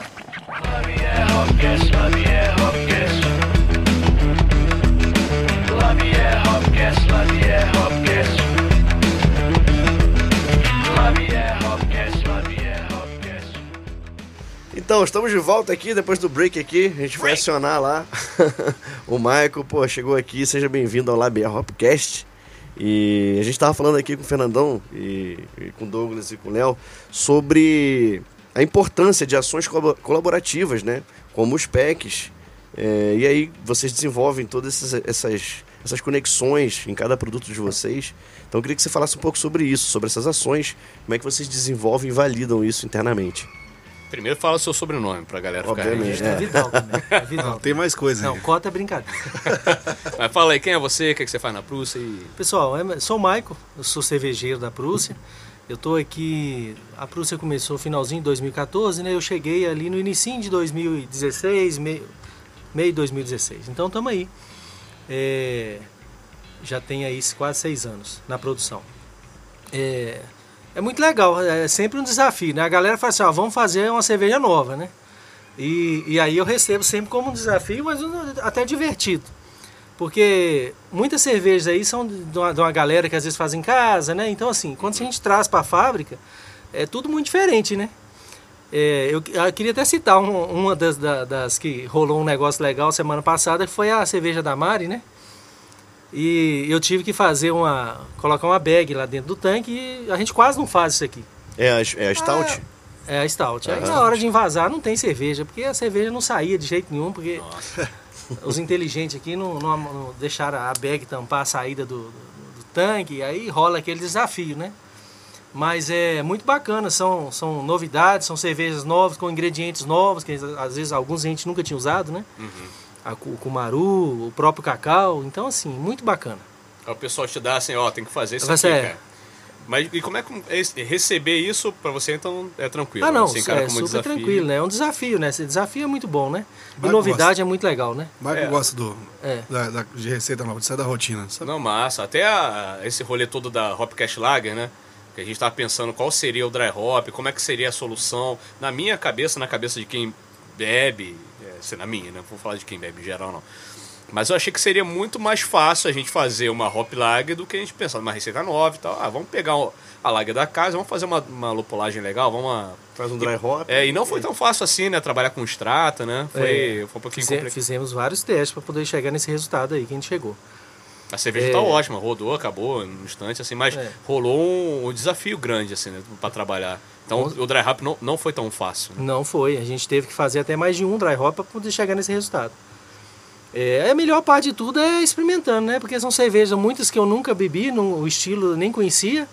Então, estamos de volta aqui, depois do break aqui, a gente vai acionar lá o Michael, pô, chegou aqui, seja bem-vindo ao Labia Hopcast. E a gente estava falando aqui com o Fernandão, e, e com o Douglas e com o Léo, sobre a importância de ações colab- colaborativas, né, como os packs. É, e aí vocês desenvolvem todas essas, essas, essas conexões em cada produto de vocês. Então eu queria que você falasse um pouco sobre isso, sobre essas ações, como é que vocês desenvolvem e validam isso internamente. Primeiro fala o seu sobrenome pra galera ficar Obviamente, registrada. É Vidal também. É Vidal. Não, tem mais coisa Não, aí. cota é brincadeira. Mas fala aí, quem é você, o que, é que você faz na Prússia e... Pessoal, eu sou o Michael, eu sou cervejeiro da Prússia. Eu tô aqui, a Prússia começou no finalzinho de dois mil e quatorze, né? Eu cheguei ali no início de dois mil e dezesseis, meio, meio de dois mil e dezesseis. Então estamos aí. É, já tem aí quase seis anos na produção. É, é muito legal, é sempre um desafio, né? A galera fala assim, ó, vamos fazer uma cerveja nova, né? E, e aí eu recebo sempre como um desafio, mas até divertido. Porque muitas cervejas aí são de uma, de uma galera que às vezes faz em casa, né? Então, assim, quando a gente traz para a fábrica, é tudo muito diferente, né? É, eu, eu queria até citar uma, uma das, das, das que rolou um negócio legal semana passada, que foi a cerveja da Mari, né? E eu tive que fazer uma... colocar uma bag lá dentro do tanque e a gente quase não faz isso aqui. É a, é a Stout? É a Stout. Aí Aham. na hora de envasar não tem cerveja, porque a cerveja não saía de jeito nenhum, porque os inteligentes aqui não, não- não deixaram a bag tampar a saída do, do- do tanque, e aí rola aquele desafio, né? Mas é muito bacana, são, são novidades, são cervejas novas, com ingredientes novos, que às vezes alguns a gente nunca tinha usado, né? A, cu- o cumaru, o próprio cacau, então assim, muito bacana. Aí o pessoal te dá assim, ó, tem que fazer isso Você aqui, é. cara. Mas e como é que é esse- receber isso pra você, então, é tranquilo? Ah, não, Você encara é como um super desafio. tranquilo, né? É um desafio, né? Esse desafio é muito bom, né? E Mas novidade gosta. é muito legal, né? Marco É. gosta do, É. da, da- de receita nova, de sair da rotina. Sabe? Não, massa. Até a- esse rolê todo da Hopcast Lager, né? Que a gente tava pensando qual seria o dry hop, como é que seria a solução. Na minha cabeça, na cabeça de quem bebe, é, assim, na minha, né? Não vou falar de quem bebe em geral, não. Mas eu achei que seria muito mais fácil a gente fazer uma hop lager do que a gente pensar numa receita nova e tal. Ah, vamos pegar o- a lager da casa, vamos fazer uma, uma lupulagem legal, vamos... a- Faz um dry hop. É, e não foi tão fácil assim, né? Trabalhar com extrata, né? Foi, É. foi um pouquinho Fize- complicado. Fizemos vários testes para poder chegar nesse resultado aí que a gente chegou. A cerveja É. tá ótima, rodou, acabou no instante, assim, mas É. rolou um, um desafio grande, assim, né, pra trabalhar. Então o dry hop não, não foi tão fácil. Né? Não foi, a gente teve que fazer até mais de um dry hop para poder chegar nesse resultado. É, a melhor parte de tudo é experimentando, né? Porque são cervejas, muitas que eu nunca bebi, não- o estilo eu nem conhecia.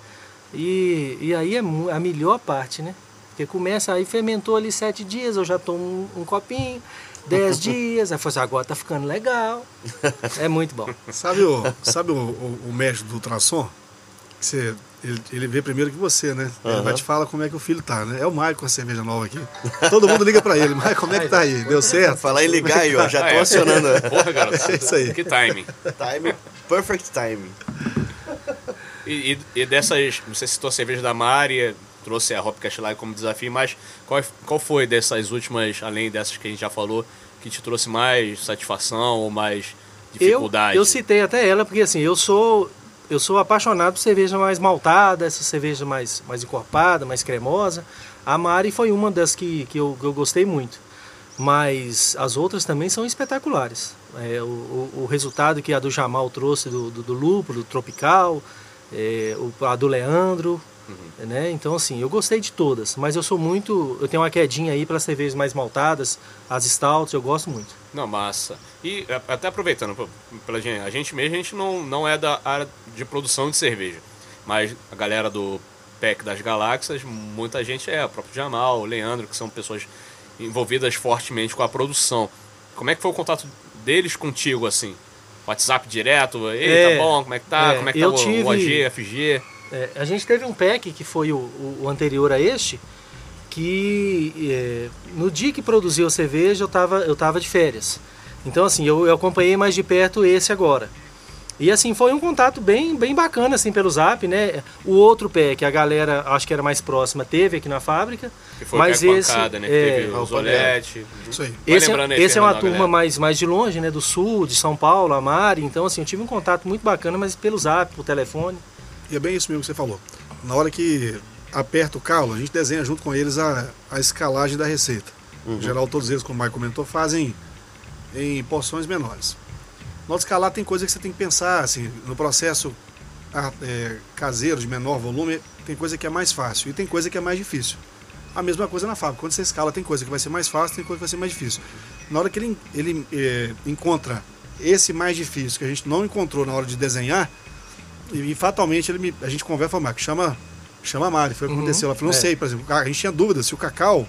E, e aí é mu- a melhor parte, né? Porque começa aí, fermentou ali sete dias, eu já tomo um, um copinho, dez dias, aí foi assim, agora tá ficando legal. É muito bom. Sabe o, sabe o, o, o médico do ultrassom? Que você, ele, ele vê primeiro que você, né? Ele Aham. vai te falar como é que o filho tá, né? É o Maicon com a cerveja nova aqui. Todo mundo liga pra ele. Maicon, como é que tá aí? Deu certo? Falar em ligar aí, ó. Já Ah, tô é. acionando. Porra, garoto. É isso aí. Que timing. Time, perfect timing. E, e, e dessas, você citou a cerveja da Mari, trouxe a Hopcast Lager como desafio, mas qual, qual foi dessas últimas, além dessas que a gente já falou, que te trouxe mais satisfação ou mais dificuldade? Eu, eu citei até ela porque assim, eu sou eu sou apaixonado por cerveja mais maltada, essa cerveja mais, mais encorpada, mais cremosa. A Mari foi uma das que, que, eu, que eu gostei muito. Mas as outras também são espetaculares. É, o, o, o resultado que a do Jamal trouxe do, do, do lúpulo, do tropical, é, o, a do Leandro, né? Então assim, eu gostei de todas, mas eu sou muito, eu tenho uma quedinha aí para cervejas mais maltadas, as stouts, eu gosto muito. Não, massa. E a- até aproveitando, pô, pela gente, a gente mesmo, a gente não, não é da área de produção de cerveja, mas a galera do P E C das Galáxias, muita gente é, o próprio Jamal, o Leandro, que são pessoas envolvidas fortemente com a produção. Como é que foi o contato deles contigo, assim? WhatsApp direto? Ei, É, tá bom? Como é que tá? é, Como é que tá eu o, tive- o A G, F G? É, a gente teve um P E C, que foi o, o- o anterior a este, que é, no dia que produziu a cerveja eu estava eu tava de férias. Então assim, eu, eu acompanhei mais de perto esse agora. E assim, foi um contato bem, bem bacana assim pelo Zap, né? O outro P E C, a galera, acho que era mais próxima, teve aqui na fábrica. Que foi mas o esse, Pancada, né? Que é, teve o Zolete. Isso aí. Vai esse, lembrando aí, esse é uma Fernando, turma galera. mais, mais de longe, né? Do sul, de São Paulo, a Mari. Então assim, eu tive um contato muito bacana, mas pelo Zap, por telefone. E é bem isso mesmo que você falou. Na hora que aperta o calo, a gente desenha junto com eles a, a escalagem da receita. Em geral, todos eles, como o Maicon comentou, fazem em porções menores. Na hora de escalar, tem coisa que você tem que pensar, assim, no processo ah, é, caseiro de menor volume, tem coisa que é mais fácil e tem coisa que é mais difícil. A mesma coisa na fábrica. Quando você escala, tem coisa que vai ser mais fácil, tem coisa que vai ser mais difícil. Na hora que ele, ele é, encontra esse mais difícil, que a gente não encontrou na hora de desenhar, e, e fatalmente ele me, a gente conversa e fala, Marcos, chama, chama a Mari. Foi o que Uhum, aconteceu. Ela falou, não é. sei, por exemplo, a gente tinha dúvida se o cacau,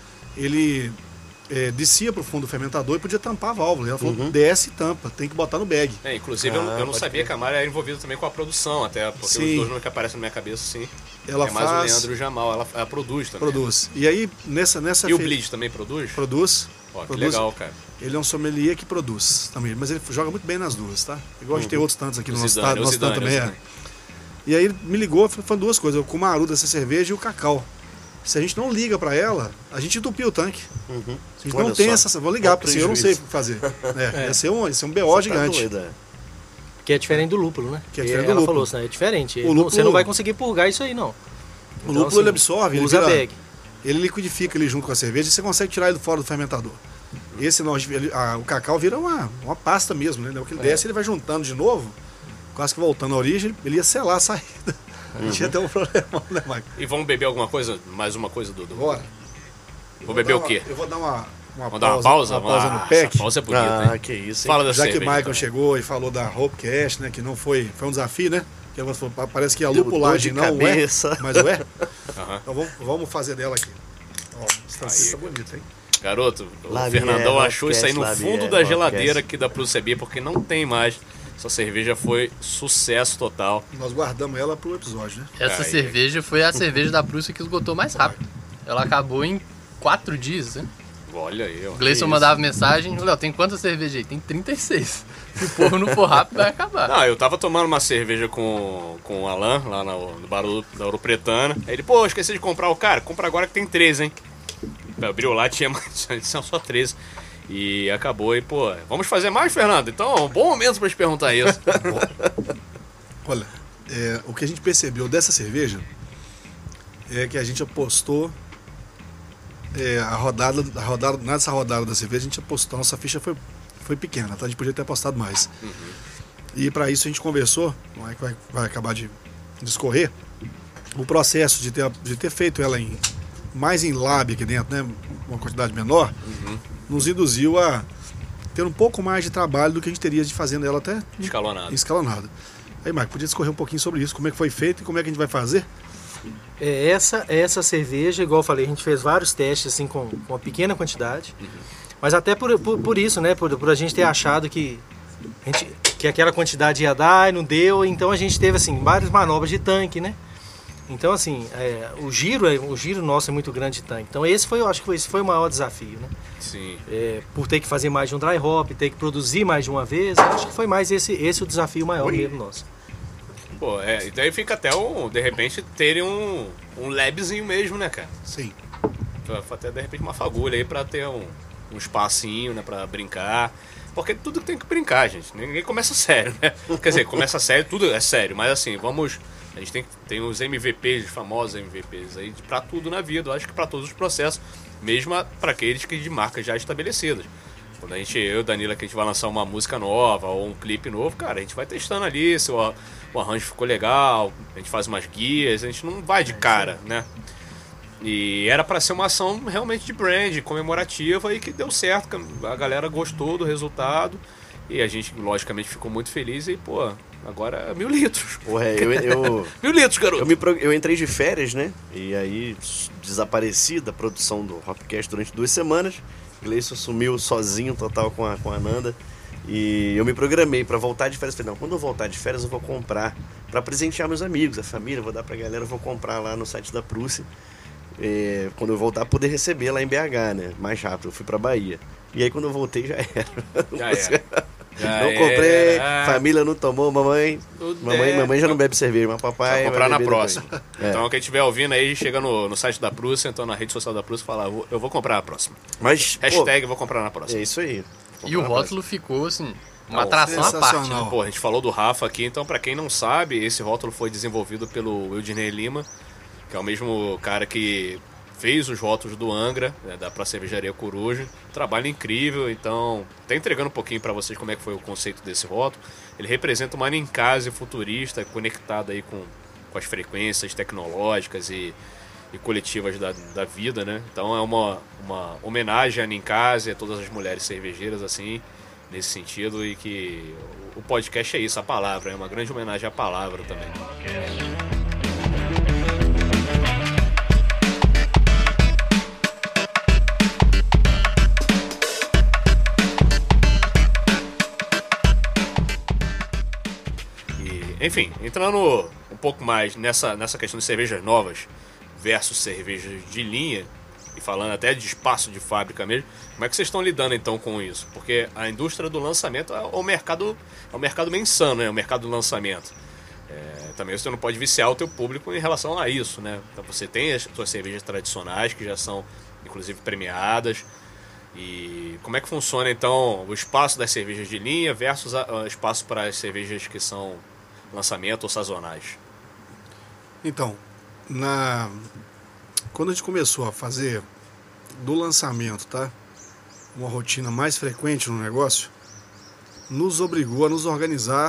ele é, descia para o fundo do fermentador e podia tampar a válvula. E ela falou, desce e tampa, tem que botar no bag. É, inclusive, eu, Ah, eu não pode sabia crer. que a Mari era envolvida também com a produção, até porque Sim. os dois nomes que aparecem na minha cabeça, sim. Ela é mais o faz, Leandro e o Jamal, ela, ela produz também. produz. E aí, nessa, nessa E o fe- Bleed também produz? produz. Ó, que produz. legal, cara. Ele é um sommelier que produz também, mas ele joga muito bem nas duas, tá? Igual a gente tem outros tantos aqui no O nosso Zidane, estado, o nosso Zidane, estado o também é. Zidane. E aí ele me ligou, falando duas coisas, o cumaru dessa cerveja e o cacau. Se a gente não liga pra ela, a gente entupiu o tanque. Uhum. Se a gente Olha não tem só. essa, vou ligar, Olha o porque eu não sei prejuízo. fazer. É, É. Ia ser um, ia ser um B O Você tá gigante. doido, é. Que é diferente do lúpulo, né? Que é E diferente do ela lúpulo. falou, assim, é diferente. O Não- lúpulo- Você não vai conseguir purgar isso aí, não. O Então, lúpulo assim, ele absorve, ele, usa vira, bag. ele liquidifica ele junto com a cerveja e você consegue tirar ele fora do fermentador. Esse não, ele- a- o cacau vira uma, uma pasta mesmo, né? O que ele É. desce, ele vai juntando de novo quase que voltando à origem, ele ia selar a saída. A gente ia ter um problema, né, Mike? E vamos beber alguma coisa? Mais uma coisa, Dudu? Bora. Vou beber o uma, quê? Eu vou dar uma, uma Vamos pausa, dar uma pausa? uma pausa Ah, no pack. essa pausa é bonita, Ah, hein? que isso, hein? Fala da Já que o cerveja, Michael então. chegou e falou da Hopecast, né? Que não foi, foi um desafio, né? Que ela falou, parece que a Deu lupulagem dor de não cabeça. é, mas o é. Aham. Então vamos, vamos fazer dela aqui. Ó, essa tá bonita, hein? Garoto, o Lá Fernandão vier, achou isso aí no lá fundo vier, da lá geladeira vier. aqui da Prússia Beer, porque não tem mais. Essa cerveja foi sucesso total. Nós guardamos ela pro episódio, né? Essa Aí. cerveja foi a cerveja da Prússia que esgotou mais rápido. Ela acabou em quatro dias, né? Olha aí, ó. O Gleison mandava mensagem, Léo, tem quantas cervejas aí? Tem trinta e seis. Se o povo não for rápido, vai acabar. Não, eu tava tomando uma cerveja com, com o Alan, lá no, no bar da Ouropretana. Aí ele, pô, esqueci de comprar o cara, compra agora que tem treze, hein? Abriu lá, tinha mais, são só treze. E acabou, e pô, vamos fazer mais, Fernando? Então, bom momento pra te perguntar isso. Olha, é, o que a gente percebeu dessa cerveja é que a gente apostou é, a rodada, a rodada, nessa rodada da cerveja a gente apostou, nossa ficha foi, foi pequena, tá? A gente podia ter apostado mais. Uhum. E para isso a gente conversou, não é que vai, vai acabar de discorrer, o processo de ter, de ter feito ela em, mais em lab aqui dentro, né? Uma quantidade menor, uhum. nos induziu a ter um pouco mais de trabalho do que a gente teria de fazendo ela até Escalonado. escalonada. Aí, Marco, podia discorrer um pouquinho sobre isso, como é que foi feito e como é que a gente vai fazer? É, essa, essa cerveja, igual eu falei, a gente fez vários testes assim, com, com uma pequena quantidade, uhum. mas até por, por, por isso, né, por, por a gente ter achado que, a gente, que aquela quantidade ia dar e não deu, então a gente teve assim, várias manobras de tanque, né? Então assim, é, o, giro, o giro nosso é muito grande de tanque, então esse foi, eu acho que foi, esse foi o maior desafio, né? Sim. É, por ter que fazer mais de um dry hop, ter que produzir mais de uma vez, eu acho que foi mais esse, esse o desafio maior Oi. mesmo nosso. Pô, é, e daí fica até, um, de repente, terem um, um labzinho mesmo, né, cara? Sim. Até, de repente, uma fagulha aí pra ter um, um espacinho, né, pra brincar. Porque tudo tem que brincar, gente. Ninguém começa sério, né? Quer dizer, começa sério, tudo é sério. Mas assim, vamos... A gente tem, tem os M V Ps, os famosos M V Ps aí, pra tudo na vida. Eu acho que pra todos os processos. Mesmo pra aqueles que de marcas já estabelecidas. Quando a gente, eu e o Danila, que a gente vai lançar uma música nova ou um clipe novo, cara, a gente vai testando ali se o, o arranjo ficou legal, a gente faz umas guias, a gente não vai de cara, né? E era pra ser uma ação realmente de brand, comemorativa, e que deu certo, a galera gostou do resultado, e a gente, logicamente, ficou muito feliz, e, pô, agora é mil litros. Porra, eu, eu, mil litros, garoto! eu, me, pro- eu entrei de férias, né? E aí desapareci da produção do Hopcast durante duas semanas. Gleison sumiu sozinho total com a, com a Nanda. E eu me programei pra voltar de férias. Falei, não, quando eu voltar de férias eu vou comprar pra presentear meus amigos, a família, vou dar pra galera, eu vou comprar lá no site da Prússia. É, quando eu voltar, poder receber lá em B H, né? Mais rápido, eu fui pra Bahia. E aí quando eu voltei já era. Já era. Já não comprei, era. família não tomou, mamãe. Tudo Mamãe, é. mamãe já não bebe cerveja, mas papai. Vai comprar vai na beber próxima. depois. Então, É. quem estiver ouvindo aí, chega no, no site da Prússia, então na rede social da Prússia, fala, eu vou comprar na próxima. Mas, pô, Hashtag vou comprar na é próxima. isso aí. E o rótulo ficou, assim, uma Ah, atração à parte. sensacional. Né? Pô, a gente falou do Rafa aqui, então pra quem não sabe, esse rótulo foi desenvolvido pelo Eudinei Lima, que é o mesmo cara que fez os rótulos do Angra, né, da pra cervejaria Coruja. Trabalho incrível, então tá entregando um pouquinho pra vocês como é que foi o conceito desse rótulo. Ele representa uma Ninkasi futurista, conectada aí com, com as frequências tecnológicas e, e coletivas da, da vida, né? Então é uma, uma homenagem à Ninkasi, a todas as mulheres cervejeiras, assim, nesse sentido, e que o, o podcast é isso, a palavra, é uma grande homenagem à palavra também. E, enfim, entrando um pouco mais nessa, nessa questão de cervejas novas versus cervejas de linha, e falando até de espaço de fábrica mesmo, como é que vocês estão lidando então com isso? Porque a indústria do lançamento é o mercado, é o mercado meio insano, né? O mercado do lançamento. É, também você não pode viciar o teu público em relação a isso, né? Então você tem as suas cervejas tradicionais, que já são inclusive premiadas. E como é que funciona então o espaço das cervejas de linha versus o espaço para as cervejas que são lançamento ou sazonais? Então, na... quando a gente começou a fazer do lançamento, tá? Uma rotina mais frequente no negócio, nos obrigou a nos organizar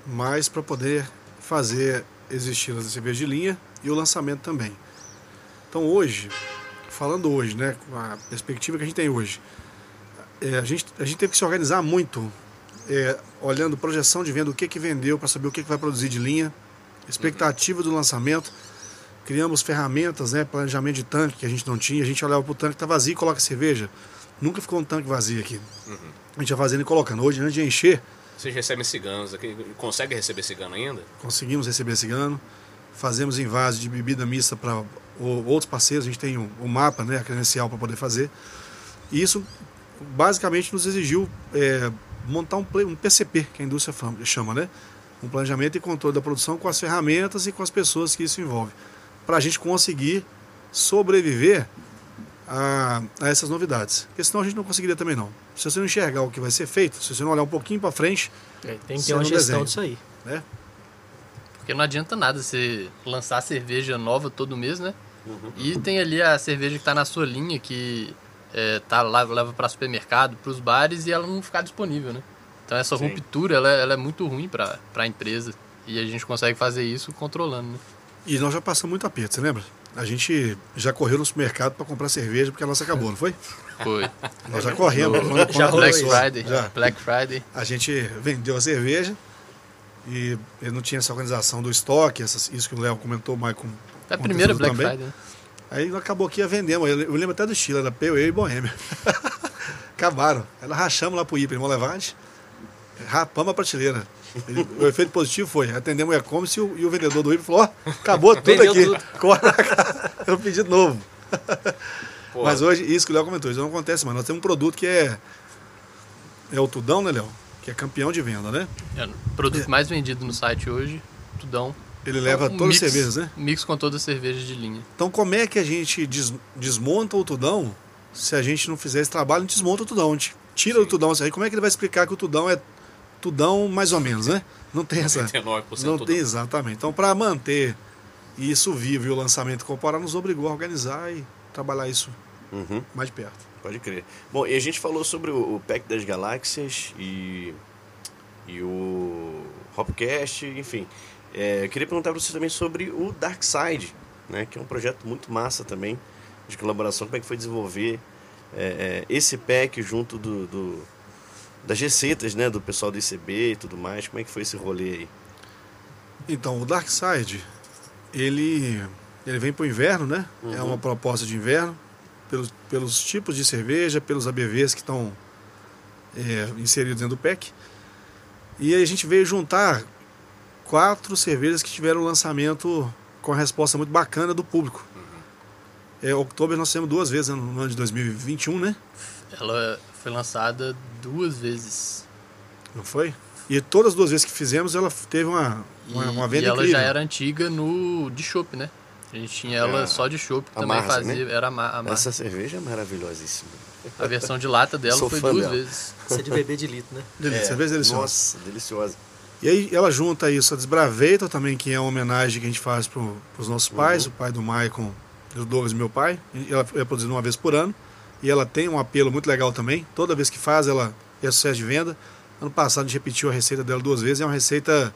mas para poder fazer existir as cervejas de linha e o lançamento também. Então hoje, falando hoje, né, com a perspectiva que a gente tem hoje, é, a, gente, a gente teve que se organizar muito, é, olhando projeção de venda, o que que vendeu, para saber o que que vai produzir de linha, expectativa do lançamento. Criamos ferramentas, né, planejamento de tanque que a gente não tinha. A gente olhava para o tanque, está vazio e coloca cerveja. Nunca ficou um tanque vazio aqui. Uhum. A gente ia fazendo e colocando. Hoje, antes de encher, Vocês recebem ciganos aqui? Consegue receber cigano ainda? conseguimos receber cigano. Fazemos invase de bebida mista para outros parceiros. A gente tem o, o mapa, né, a credencial para poder fazer. E isso, basicamente, nos exigiu é, montar um, um P C P, que a indústria chama, né? Um planejamento e controle da produção com as ferramentas e com as pessoas que isso envolve, para a gente conseguir sobreviver a, a essas novidades. Porque senão a gente não conseguiria também não. Se você não enxergar o que vai ser feito, se você não olhar um pouquinho para frente, É, tem que você ter uma não gestão desenha, disso aí. né? Porque não adianta nada você lançar cerveja nova todo mês, né? E tem ali a cerveja que tá na sua linha, que é, tá lá, leva para supermercado, para os bares, e ela não ficar disponível, né? Então essa Sim. ruptura, ela, ela é muito ruim para a empresa. E a gente consegue fazer isso controlando, né? E nós já passamos muito aperto, você lembra? A gente já correu no supermercado para comprar cerveja porque a nossa acabou, não foi? Foi. Nós já corremos. No- quando- já quando Black começou. Friday. Já. Black Friday. A gente vendeu a cerveja e ele não tinha essa organização do estoque, essas, isso que o Léo comentou, o Maicon. É a primeira contextualizou Black também. Friday, né? Aí eu aqui a vendemos. Eu, eu lembro até do estilo, era P, eu e Boêmia. Acabaram. Ela rachamos lá pro Hiper, irmão Levante, rapamos a prateleira. Ele- o efeito positivo foi, atendemos o e-commerce e o, e o vendedor do Hiper falou, ó, acabou tudo Vendeu aqui. tudo. Corre na casa. Era um pedido novo. Pô, Mas hoje, isso que o Léo comentou, isso não acontece mais. Nós temos um produto que é, é o Tudão, né, Léo? Que é campeão de venda, né? É, o produto mais vendido no site hoje, tudão. Ele leva Um todas mix- as cervejas, né? Mix com todas as cervejas de linha. Então como é que a gente des- desmonta o Tudão se a gente não fizer esse trabalho? A gente desmonta o Tudão, a gente tira Sim. o Tudão. Aí como é que ele vai explicar que o Tudão é Tudão mais ou menos, né? Não tem essa... noventa e nove por cento Não tudo. tem, exatamente. Então para manter isso vivo e o lançamento corporal nos obrigou a organizar e trabalhar isso Uhum, mais de perto. pode crer. Bom, e a gente falou sobre o, o Pack das Galáxias e, e o Hopcast, enfim. É, eu queria perguntar para você também sobre o Dark Side, né, que é um projeto muito massa também, de colaboração. Como é que foi desenvolver é, é, esse pack junto do, do, das receitas, né, do pessoal do I C B e tudo mais? Como é que foi esse rolê aí? Então, o Dark Side, ele, ele vem para o inverno, né? Uhum. É uma proposta de inverno, pelos, pelos tipos de cerveja, pelos A B Vs que estão é, inseridos dentro do pack. E aí a gente veio juntar quatro cervejas que tiveram um lançamento com uma resposta muito bacana do público. É, outubro nós fizemos duas vezes no ano de dois mil e vinte e um, né? Ela foi lançada duas vezes. Não foi? E todas as duas vezes que fizemos, ela teve uma, uma, E, uma venda e ela incrível. já era antiga no de chopp, né? A gente tinha ela É, só de chopp, a também Marza, fazia. né? Era a, ma- a Marza. Essa cerveja é maravilhosíssima. A versão de lata dela Sou foi fã duas dela. vezes. Isso é de bebê de litro, né? Delícia, É, cerveja deliciosa. Nossa, deliciosa. E aí ela junta isso a Desbraveita também, que é uma homenagem que a gente faz para os nossos pais, Uhum. o pai do Maicon, do Douglas e meu pai. E ela é produzida uma vez por ano. E ela tem um apelo muito legal também. Toda vez que faz, ela é sucesso de venda. Ano passado a gente repetiu a receita dela duas vezes. É uma receita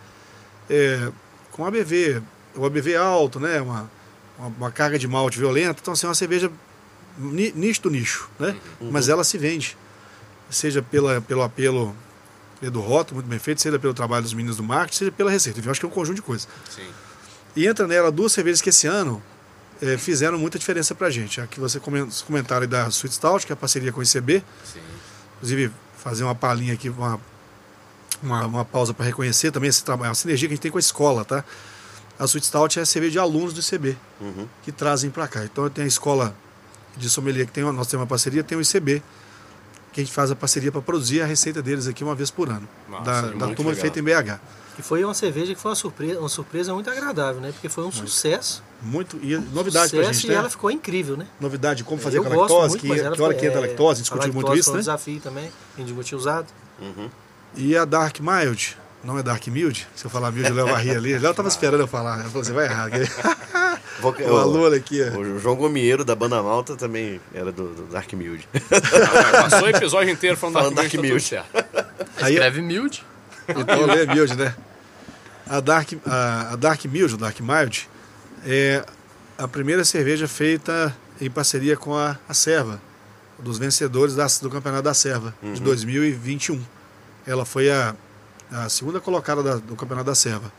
é, com A B V, o A B V alto, né? Uma, uma, uma carga de malte violenta. Então, assim, é uma cerveja ni- nicho do nicho, né? Mas ela se vende. Seja pela, pelo apelo do rótulo, muito bem feito, seja pelo trabalho dos meninos do marketing, seja pela receita. Enfim, eu acho que é um conjunto de coisas. Sim. E entra nela duas cervejas que esse ano eh, fizeram muita diferença pra gente. Aqui você comentaram aí da Sweet Stout, que é a parceria com o I C B. Sim. Inclusive, fazer uma palhinha aqui, uma, uma, uma pausa para reconhecer também esse trabalho, a sinergia que a gente tem com a escola, tá? A Sweet Stout é a cerveja de alunos do I C B, Uhum. que trazem para cá. Então, tem a escola de sommelier, que tem, uma- nós temos uma parceria, tem o I C B, que a gente faz a parceria para produzir a receita deles aqui uma vez por ano. Nossa, da muito da turma legal. feita em B H. E foi uma cerveja que foi uma surpresa, uma surpresa muito agradável, né? Porque foi um sucesso. Muito, e novidade sucesso pra gente, e né? ela ficou incrível, né? Novidade de como fazer Eu com a gosto lactose, muito, que, mas que ela hora foi- que entra a é, lactose, a discutiu muito lactose isso, foi um né? desafio também, a gente nunca tinha usado. Uhum. E a Dark Mild, não é Dark Mild? Se eu falar Mild, o Léo vai rir ali. O Léo tava esperando eu falar. Ele falou, você vai errar. Vou- O aluno aqui, ó. O João Gomieiro, da Banda Malta, também era do, do Dark Mild. Passou o episódio inteiro falando, Falando da Dark Dark Milk. Milk, tá tudo certo. Aí- Escreve mild. Então, lê Mild, né? A Dark, a, a Dark Mild, Dark Mild, é a primeira cerveja feita em parceria com a, a Serva, dos vencedores da, do Campeonato da Serva, uhum. de dois mil e vinte e um. Ela foi a, a segunda colocada da, do Campeonato da Serva.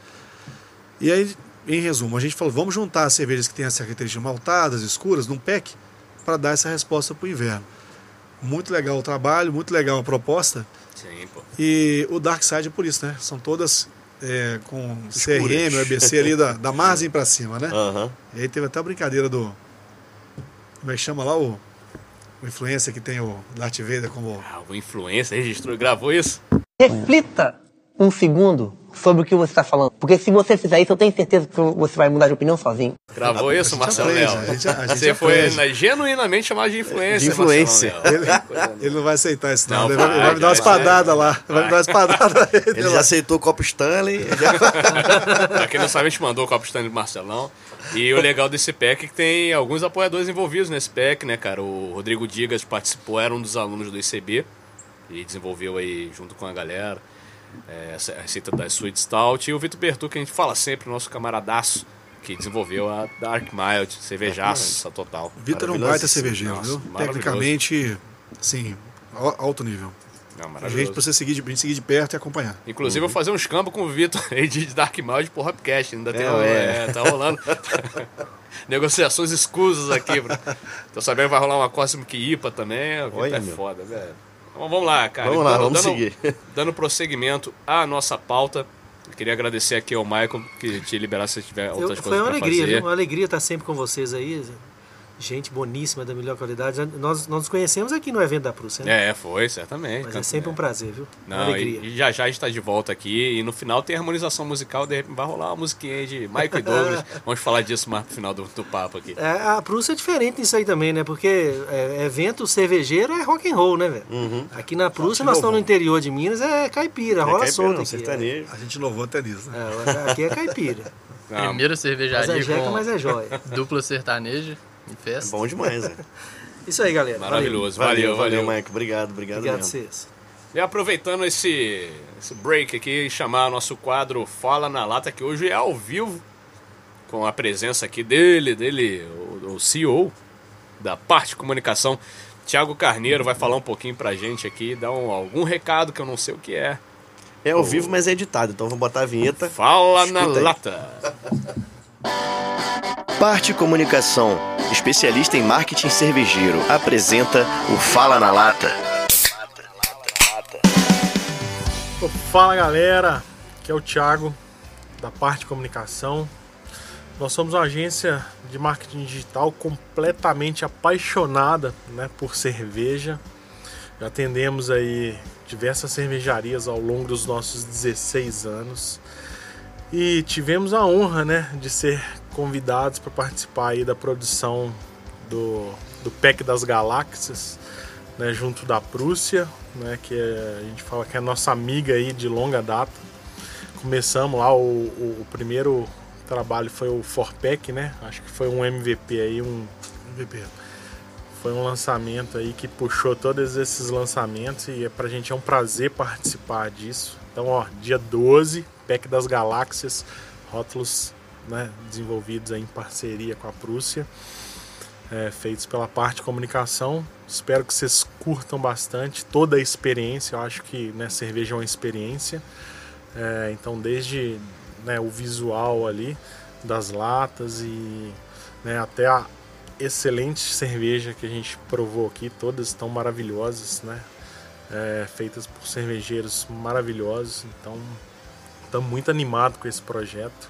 E aí, em resumo, a gente falou, vamos juntar as cervejas que têm as características maltadas, escuras, num pack, para dar essa resposta para o inverno. Muito legal o trabalho, muito legal a proposta. Sim, pô. E o Dark Side é por isso, né? São todas é, com C R M, E B C ali da, da margem para cima, né? Uhum. E aí teve até a brincadeira do... Como é que chama lá o... O influencer que tem o Darth Vader como... Ah, o influencer registrou e gravou isso? Reflita um segundo sobre o que você está falando. Porque se você fizer isso, eu tenho certeza que você vai mudar de opinião sozinho. Gravou a, isso, a Marcelo aprende, Léo? a gente, a gente Você foi aprende. genuinamente chamado de influencer. De influencer. Ele, ele não vai aceitar isso, não. Não, ele vai, vai, ele vai me dar uma vai, espadada vai. lá. Vai, vai me dar uma espadada. Ele já aceitou o copo Stanley. Já... Pra quem não sabe, a gente mandou o copo stand do Marcelão. E o legal desse pack é que tem alguns apoiadores envolvidos nesse pack, né, cara? O Rodrigo Digas participou, era um dos alunos do I C B e desenvolveu aí junto com a galera é, a receita da Sweet Stout. E o Vitor Bertu, que a gente fala sempre, nosso camaradaço, que desenvolveu a Dark Mild, cervejaça total. Vitor é um baita cervejeiro, Nossa, viu? maravilhoso. Tecnicamente, sim, al- alto nível. Não, A maravilhoso. gente precisa seguir de, a gente seguir de perto e acompanhar. Inclusive, eu vou fazer uns campos com o Vitor aí de Dark Mild pro Hopcast. Ainda tem. É, um- é. é, tá rolando. Negociações escusas aqui, bro. Tô sabendo que vai rolar uma Cosmic I P A também. O Vitor Olha, é meu. foda, velho. Então, vamos lá, cara. Vamos lá, Dando- vamos dando, seguir. Dando prosseguimento à nossa pauta. Eu queria agradecer aqui ao Michael que te liberar se tiver Eu- outras foi coisas uma pra alegria, fazer. viu? Uma alegria estar sempre com vocês aí. Gente boníssima, da melhor qualidade. Nós, nós nos conhecemos aqui no evento da Prússia, né? É, foi, certamente. Mas é sempre um prazer, viu? Uma Não, alegria. e, e já já a gente tá de volta aqui. E no final tem harmonização musical. De repente vai rolar uma musiquinha aí de Michael e Douglas. Vamos falar disso mais pro final do, do papo aqui. É, a Prússia é diferente nisso aí também, né? Porque é, evento cervejeiro é rock and roll, né, velho? Uhum. Aqui na Prússia, nós estamos no interior de Minas, é caipira, rola caipira, solta não, aqui. sertanejo. A gente inovou até nisso, né? É, aqui é caipira. Não, Primeira Mas cervejaria é jeca, com mas é joia. dupla sertaneja em festa. Bom demais, né? Isso aí, galera. maravilhoso. Valeu, Valeu, valeu, valeu. Mike. Obrigado, obrigado, Obrigado a mesmo. vocês. E aproveitando esse, esse break aqui, chamar nosso quadro Fala na Lata, que hoje é ao vivo, com a presença aqui dele, dele, o, o C E O da Parte de Comunicação, Thiago Carneiro, vai falar um pouquinho pra gente aqui, dar um, algum recado que eu não sei o que é. É ao vivo, mas é editado, então vamos botar a vinheta. Fala na Escuta aí. Lata. Parte Comunicação, especialista em marketing cervejeiro, apresenta o Fala na Lata. Fala galera, aqui é o Thiago da Parte de Comunicação. Nós somos uma agência de marketing digital completamente apaixonada, né, por cerveja. Já atendemos aí diversas cervejarias ao longo dos nossos dezesseis anos e tivemos a honra, né, de ser convidados para participar aí da produção do, do Pack das Galáxias, né, junto da Prússia, né, que é, a gente fala que é a nossa amiga aí de longa data. Começamos lá, o, o, o primeiro trabalho foi o Forpack, né, acho que foi um M V P aí, um M V P. foi um lançamento aí que puxou todos esses lançamentos e é pra gente é um prazer participar disso. Então, ó, dia doze, Pack das Galáxias, rótulos, né, desenvolvidos aí em parceria com a Prússia, é, feitos pela Parte de Comunicação. Espero que vocês curtam bastante toda a experiência. Eu acho que, né, cerveja é uma experiência. É, então, desde, né, o visual ali das latas e, né, até a excelente cerveja que a gente provou aqui, todas estão maravilhosas, né? É, feitas por cervejeiros maravilhosos. Então, estamos muito animados com esse projeto.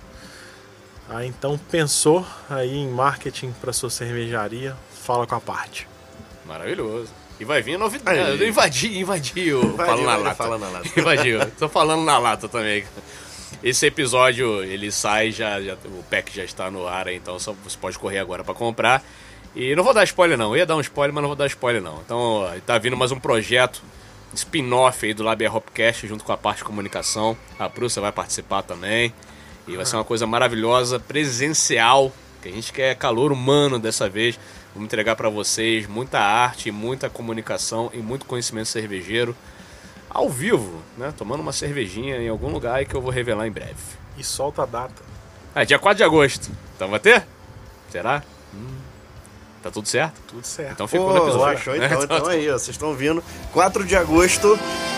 Ah, então, pensou aí em marketing para sua cervejaria? Fala com a Parte. Maravilhoso. E vai vir novidade. Aí. Eu invadi, invadi o Fala na vai, Lata. Fala na Lata. Invadiu. Tô falando na lata também. Esse episódio, ele sai, já, já, o pack já está no ar, então só, você pode correr agora para comprar. E não vou dar spoiler não, eu ia dar um spoiler, mas não vou dar spoiler não. Então, tá vindo mais um projeto spin-off aí do Lab Hopcast junto com a Parte de Comunicação. A Prússia vai participar também. E vai ser uma coisa maravilhosa, presencial, que a gente quer calor humano dessa vez. Vamos entregar para vocês muita arte, muita comunicação e muito conhecimento cervejeiro ao vivo, né? Tomando uma cervejinha em algum lugar e que eu vou revelar em breve. E solta a data. É, dia quatro de agosto. Então vai ter? Será? Hum. Tá tudo certo? Tudo certo. Então ficou Pô, no episódio. fechou então, então aí, ó, vocês estão vindo. quatro de agosto.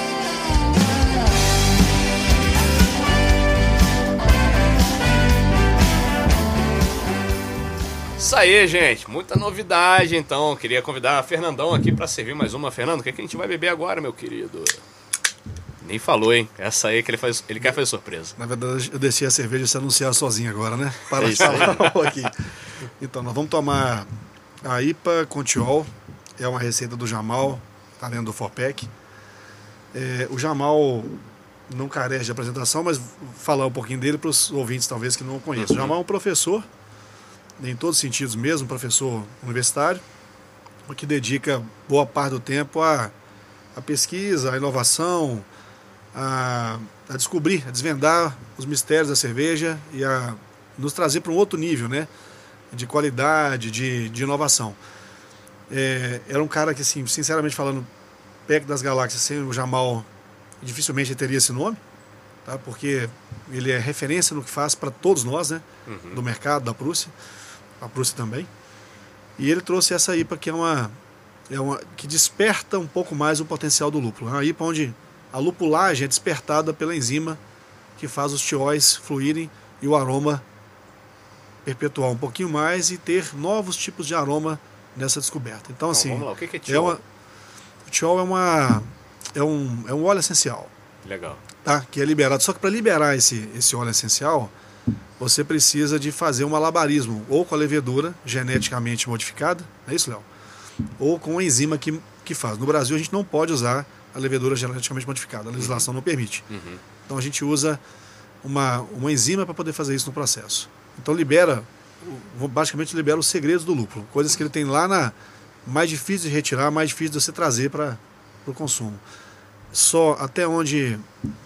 Isso aí, gente. Muita novidade, então. Queria convidar a Fernandão aqui pra servir mais uma. Fernando, o que, é que a gente vai beber agora, meu querido? Nem falou, hein? Essa aí que ele, faz, ele quer fazer surpresa. Na verdade, eu deixei a cerveja se anunciar sozinha agora, né? Para É de isso aí. falar aqui. Então, nós vamos tomar a I P A com tiol. É uma receita do Jamal, tá dentro do Forpack. É, o Jamal não carece de apresentação, mas vou falar um pouquinho dele para os ouvintes, talvez, que não o conheçam. O Jamal é um professor, em todos os sentidos mesmo, professor universitário, que dedica boa parte do tempo à, à pesquisa, à inovação, a, a descobrir, a desvendar os mistérios da cerveja e a nos trazer para um outro nível, né, de qualidade, de, de inovação. É, era um cara que, assim, sinceramente falando, Pack das Galáxias, sem o Jamal, dificilmente ele teria esse nome, tá? Porque ele é referência no que faz para todos nós, né, uhum. do mercado, da Prússia, a Prússia também. E ele trouxe essa I P A que é uma, é uma que desperta um pouco mais o potencial do lúpulo. É uma I P A onde a lupulagem é despertada pela enzima que faz os tióis fluírem e o aroma perpetuar um pouquinho mais e ter novos tipos de aroma nessa descoberta. Então, assim, vamos lá. O que é tiol? É uma, o tiol é, uma, é, um, é um óleo essencial. Legal. Tá? Que é liberado. Só que para liberar esse, esse óleo essencial, você precisa de fazer um malabarismo, ou com a levedura geneticamente modificada, não é isso, Léo? Ou com a enzima que, que faz. No Brasil, a gente não pode usar a levedura geneticamente modificada, a legislação uhum. não permite. Uhum. Então, a gente usa uma, uma enzima para poder fazer isso no processo. Então, libera, basicamente libera os segredos do lúpulo, coisas que ele tem lá na mais difícil de retirar, mais difícil de você trazer para o consumo. Só até onde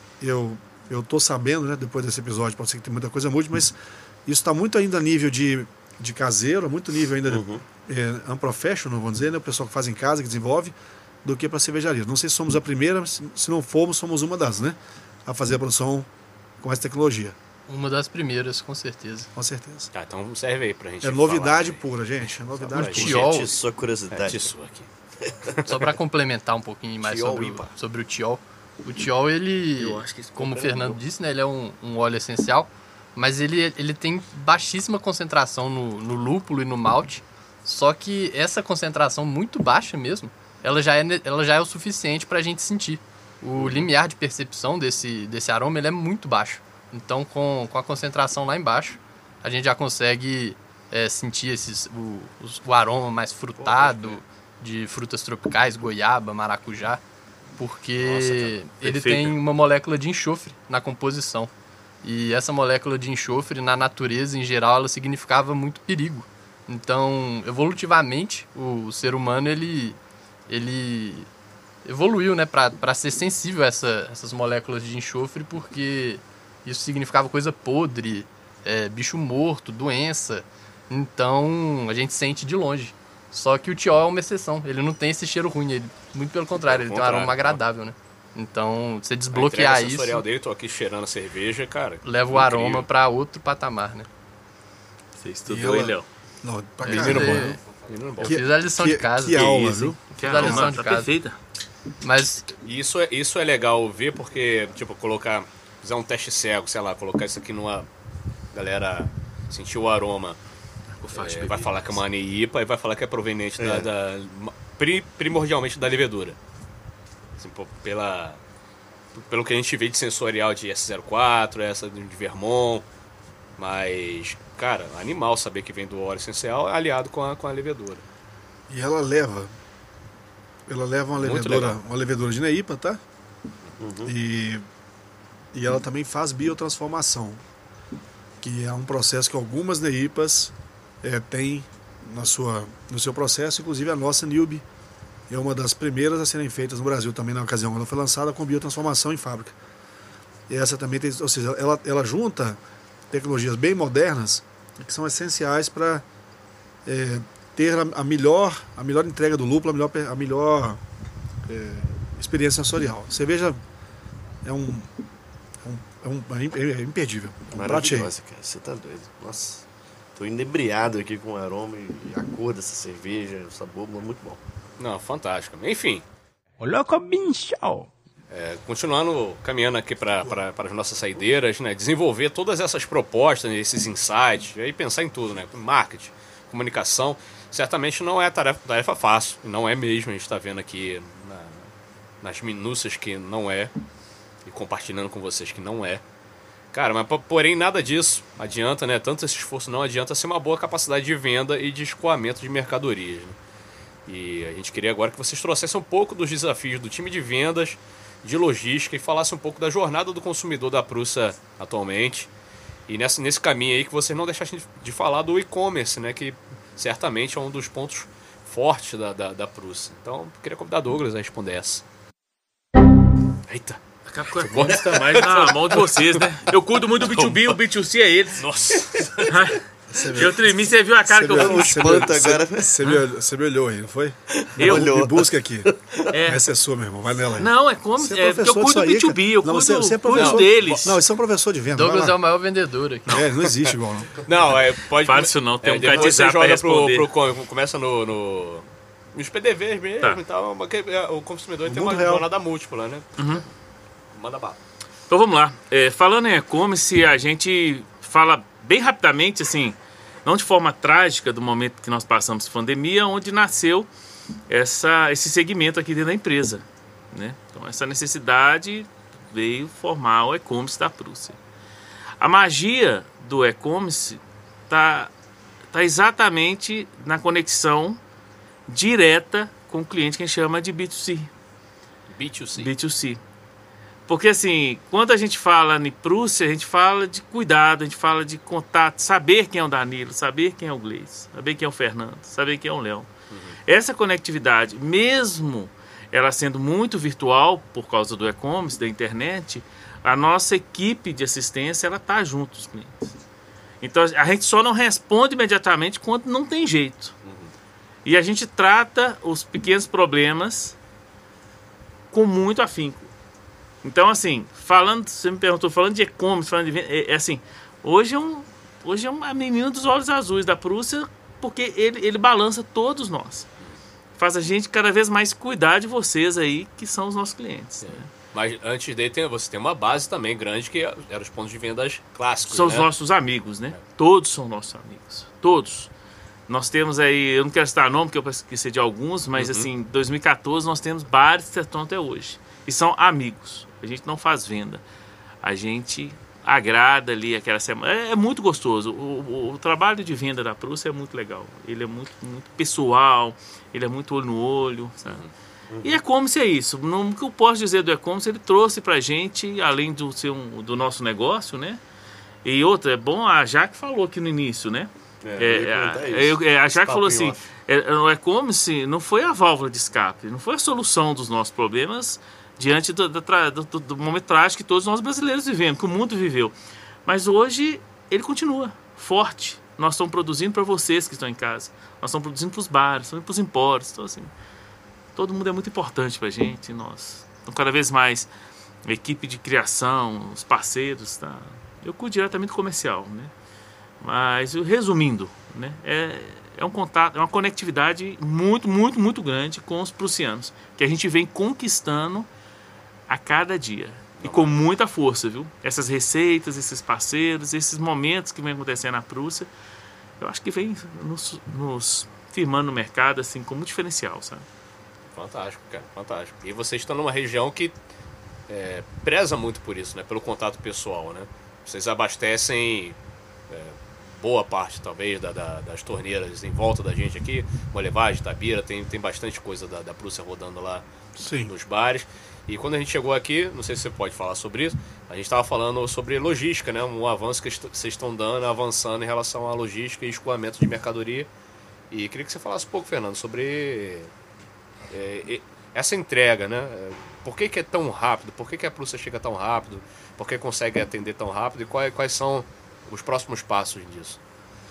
eu eu estou sabendo, né, depois desse episódio, pode ser que tem muita coisa mude, mas isso está muito ainda a nível de, de caseiro, muito nível ainda uhum. de é, unprofessional, vamos dizer, né, o pessoal que faz em casa, que desenvolve, do que para cervejaria. Não sei se somos a primeira, se não formos, somos uma das, né, a fazer a produção com essa tecnologia. Uma das primeiras, com certeza. Com certeza. Tá, então serve aí pra gente. É novidade falar, pura, gente. É novidade pura. Tiol, gente, sua curiosidade. É, tiol aqui. Só para complementar um pouquinho mais tiol, sobre, o, sobre o tiol. O tiol, ele, como o Fernando disse, né, ele é um, um óleo essencial, mas ele, ele tem baixíssima concentração no, no lúpulo e no malte, só que essa concentração muito baixa mesmo, ela já é, ela já é o suficiente para a gente sentir. O limiar de percepção desse, desse aroma ele é muito baixo. Então, com, com a concentração lá embaixo, a gente já consegue é, sentir esses, o, os, o aroma mais frutado, de frutas tropicais, goiaba, maracujá, porque Nossa, ele tem uma molécula de enxofre na composição. E essa molécula de enxofre, na natureza, em geral, ela significava muito perigo. Então, evolutivamente, o, o ser humano, ele, ele evoluiu, né, para ser sensível a essa, essas moléculas de enxofre, porque isso significava coisa podre, é, bicho morto, doença. Então, a gente sente de longe. Só que o tiol é uma exceção. Ele não tem esse cheiro ruim. Ele, muito pelo contrário, ele contrário, tem um aroma agradável, né? Então, você desbloquear a isso... sensorial dele, tô aqui cheirando a cerveja, cara. Leva o aroma para outro patamar, né? Você estudou, hein, Léo? Não, pra é, caramba. É, Menino bom. eu fiz a lição que, de casa. Que aula, isso, viu? Fiz a lição de tá casa. Perfeita. Mas... Isso é, isso é legal ver, porque, tipo, colocar... Fizer um teste cego, sei lá, colocar isso aqui numa... Galera sentir o aroma... É, vai falar que é uma I P A e vai falar que é proveniente é. da, da pri, primordialmente da levedura. Assim, pela, pelo que a gente vê de sensorial de S zero quatro, essa de Vermont. Mas, cara, animal saber que vem do óleo essencial aliado com a, com a levedura. E ela leva. Ela leva uma levedura, uma levedura de Neipa, tá? Uhum. E, e ela também faz biotransformação, que é um processo que algumas Neipas É, tem na sua, no seu processo, inclusive a nossa Nilbe é uma das primeiras a serem feitas no Brasil também na ocasião, ela foi lançada com biotransformação em fábrica. E essa também tem, ou seja, ela, ela junta tecnologias bem modernas que são essenciais para é, ter a, a, melhor, a melhor entrega do lúpulo, a melhor, a melhor é, experiência sensorial. A cerveja é um, é um é, um, é imperdível. Um prato cheio. Maravilhosa, cara. Você tá doido. Nossa, tô inebriado aqui com o aroma e a cor dessa cerveja, o sabor, muito bom. Não, fantástico. Enfim. Olha o bicho. É, continuando caminhando aqui para as nossas saideiras, né? Desenvolver todas essas propostas, esses insights, e aí pensar em tudo, né? Marketing, comunicação, certamente não é tarefa, tarefa fácil, não é mesmo, a gente está vendo aqui na, nas minúcias que não é, e compartilhando com vocês que não é. Cara, mas porém nada disso adianta, né? Tanto esse esforço não adianta ser uma boa capacidade de venda e de escoamento de mercadorias, né? E a gente queria agora que vocês trouxessem um pouco dos desafios do time de vendas, de logística e falasse um pouco da jornada do consumidor da Prússia atualmente. E nesse, nesse caminho aí que vocês não deixassem de, de falar do e-commerce, né? Que certamente é um dos pontos fortes da, da, da Prússia. Então, eu queria convidar Douglas a responder essa. Eita! A Capcom está mais na mão de vocês, né? Eu cuido muito do B dois B, o B dois C é eles. Nossa! Eu tremi, você viu a cara que eu fiz? Você me, você me olhou aí, não foi? Eu? Me busca aqui. É. Essa é sua, meu irmão. Vai nela aí. Não, é como. Você É, porque eu cuido do B dois B, eu não, cuido, você, você é cuido professor deles. Não, isso é um professor de venda. Douglas é o maior vendedor aqui. É, não existe igual, não. Não, é, pode... Fala isso não, tem é, um cara de você zap pra joga responder. pro, pro, começa no, no, nos P D Vs mesmo Tá. e tal, mas que, é, o consumidor O tem uma mundo real. jornada múltipla, né? Uhum. Manda bala. Então vamos lá. É, falando em e-commerce, a gente fala bem rapidamente, assim, não de forma trágica do momento que nós passamos de pandemia, onde nasceu essa, esse segmento aqui dentro da empresa, né? Então essa necessidade veio formar o e-commerce da Prússia. A magia do e-commerce está tá exatamente na conexão direta com o cliente que a gente chama de B dois C. B dois C. B dois C. Porque assim, quando a gente fala em Prússia, a gente fala de cuidado, a gente fala de contato, saber quem é o Danilo, saber quem é o Gleice, saber quem é o Fernando, saber quem é o Léo. Uhum. Essa conectividade, mesmo ela sendo muito virtual por causa do e-commerce, da internet, a nossa equipe de assistência, ela está junto dos clientes. Então a gente só não responde imediatamente quando não tem jeito. Uhum. E a gente trata os pequenos problemas com muito afinco. Então, assim, falando, você me perguntou, falando de e-commerce, falando de venda, é, é assim, hoje é, um, hoje é uma menina dos olhos azuis da Prússia, porque ele, ele balança todos nós. Faz a gente cada vez mais cuidar de vocês aí, que são os nossos clientes. Né? Mas antes dele, tem, você tem uma base também grande, que eram os pontos de vendas clássicos, São né? os nossos amigos, né? É. Todos são nossos amigos. Todos. Nós temos aí, eu não quero citar nome, porque eu esqueci de alguns, mas uhum. assim, em dois mil e quatorze nós temos bares que estão até hoje. E são amigos. A gente não faz venda. A gente agrada ali aquela semana. É, é muito gostoso. O, o, o trabalho de venda da Prússia é muito legal. Ele é muito, muito pessoal, ele é muito olho no olho, sabe? Uhum. E e-commerce é isso. O que eu posso dizer do e-commerce, ele trouxe pra gente, além do, ser um, do nosso negócio, né? E outra, é bom, a Jaque falou aqui no início, né? É, é, a, a Jaque falou assim, é, o e-commerce não foi a válvula de escape, não foi a solução dos nossos problemas diante do, do, do, do momento trágico que todos nós brasileiros vivemos, que o mundo viveu. Mas hoje ele continua forte. Nós estamos produzindo para vocês que estão em casa. Nós estamos produzindo para os bares, para os empórios. Então, assim, todo mundo é muito importante para a gente. Nós, então, cada vez mais, a equipe de criação, os parceiros, tá? Eu cuido diretamente do comercial, né? Mas, resumindo, né? É, é um contato, é uma conectividade muito, muito, muito grande com os prussianos, que a gente vem conquistando a cada dia. E com muita força, viu? Essas receitas, esses parceiros, esses momentos que vem acontecendo na Prússia, eu acho que vem nos, nos firmando no mercado, assim, como diferencial, sabe? Fantástico, cara, fantástico. E vocês estão numa região que é, preza muito por isso, né? Pelo contato pessoal, né? Vocês abastecem é, boa parte, talvez, da, da, das torneiras em volta da gente aqui. Molevade, Tabira, tem, tem bastante coisa da, da Prússia rodando lá. Sim. Nos bares. E quando a gente chegou aqui, não sei se você pode falar sobre isso, a gente estava falando sobre logística, né? Um avanço que vocês estão dando, avançando em relação à logística e escoamento de mercadoria. E queria que você falasse um pouco, Fernando, sobre é, essa entrega, né? Por que, que é tão rápido? Por que, que a Prússia chega tão rápido? Por que consegue atender tão rápido? E quais, quais são os próximos passos disso?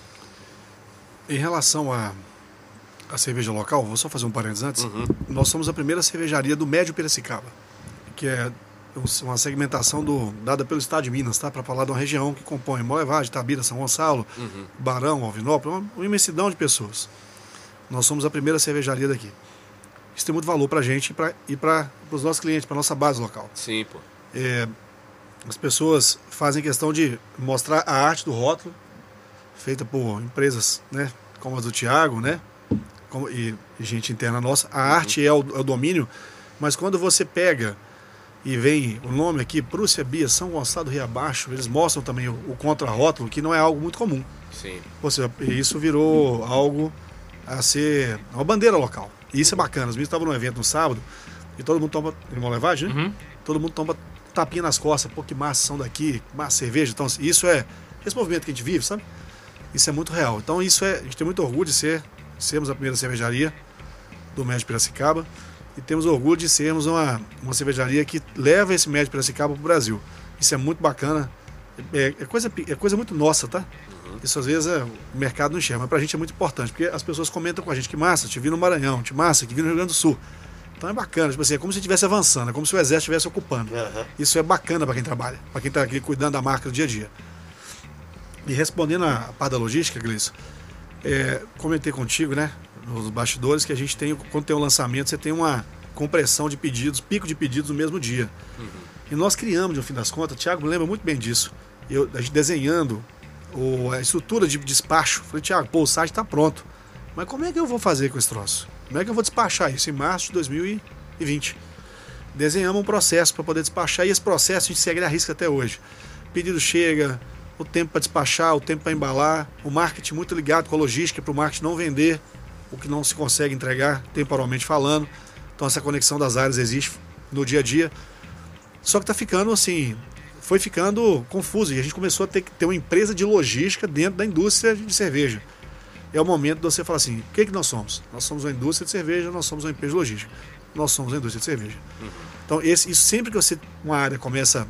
Em relação a a cerveja local, vou só fazer um parênteses antes. Uhum. Nós somos a primeira cervejaria do Médio Piracicaba, que é uma segmentação do, dada pelo Estado de Minas, tá? Para falar de uma região que compõe Molevade, Itabira, São Gonçalo, uhum. Barão, Alvinópolis, uma, uma imensidão de pessoas. Nós somos a primeira cervejaria daqui. Isso tem muito valor para a gente e para os nossos clientes, para nossa base local. Sim, pô. É, as pessoas fazem questão de mostrar a arte do rótulo, feita por empresas, né, como a do Thiago, né, como, e, e gente interna nossa. A uhum. arte é o, é o domínio, mas quando você pega e vem o nome aqui, Prússia Bia, São Gonçalo, Rio Abaixo, eles mostram também o, o contra-rótulo, que não é algo muito comum. Sim. Ou seja, isso virou algo a ser uma bandeira local. E isso é bacana. Os meninos estavam num evento no sábado e todo mundo toma, em Molevade, né? Uhum. Todo mundo toma tapinha nas costas. Pô, que massa são daqui, massa cerveja. Então, isso é esse movimento que a gente vive, sabe? Isso é muito real. Então, isso é, a gente tem muito orgulho de ser, sermos a primeira cervejaria do Médio Piracicaba. E temos orgulho de sermos uma, uma cervejaria que leva esse Médio Piracicaba para o Brasil. Isso é muito bacana. É, é, coisa, é coisa muito nossa, tá? Uhum. Isso às vezes é, o mercado não enxerga, mas pra gente é muito importante, porque as pessoas comentam com a gente que massa, te vi no Maranhão, te massa, que vi no Rio Grande do Sul. Então é bacana, tipo assim, é como se estivesse avançando, é como se o exército estivesse ocupando. Uhum. Isso é bacana para quem trabalha, para quem está aqui cuidando da marca do dia a dia. E respondendo a, a parte da logística, Gleison, é, comentei contigo, né, nos bastidores, que a gente tem, quando tem um lançamento, você tem uma compressão de pedidos, pico de pedidos no mesmo dia. Uhum. E nós criamos, no fim das contas, o Thiago lembra muito bem disso, eu, a gente desenhando o, a estrutura de despacho. Falei, Thiago, pô, o site está pronto, mas como é que eu vou fazer com esse troço? Como é que eu vou despachar isso em março de dois mil e vinte? Desenhamos um processo para poder despachar e esse processo a gente segue a risca até hoje. O pedido chega, o tempo para despachar, o tempo para embalar, o marketing muito ligado com a logística para o marketing não vender o que não se consegue entregar, temporalmente falando. Então essa conexão das áreas existe no dia a dia. Só que está ficando assim, foi ficando confuso e a gente começou a ter que ter uma empresa de logística dentro da indústria de cerveja. É o momento de você falar assim, o que, que nós somos? Nós somos uma indústria de cerveja, nós somos uma empresa de logística. Nós somos uma indústria de cerveja. Uhum. Então esse, isso sempre que você, uma área começa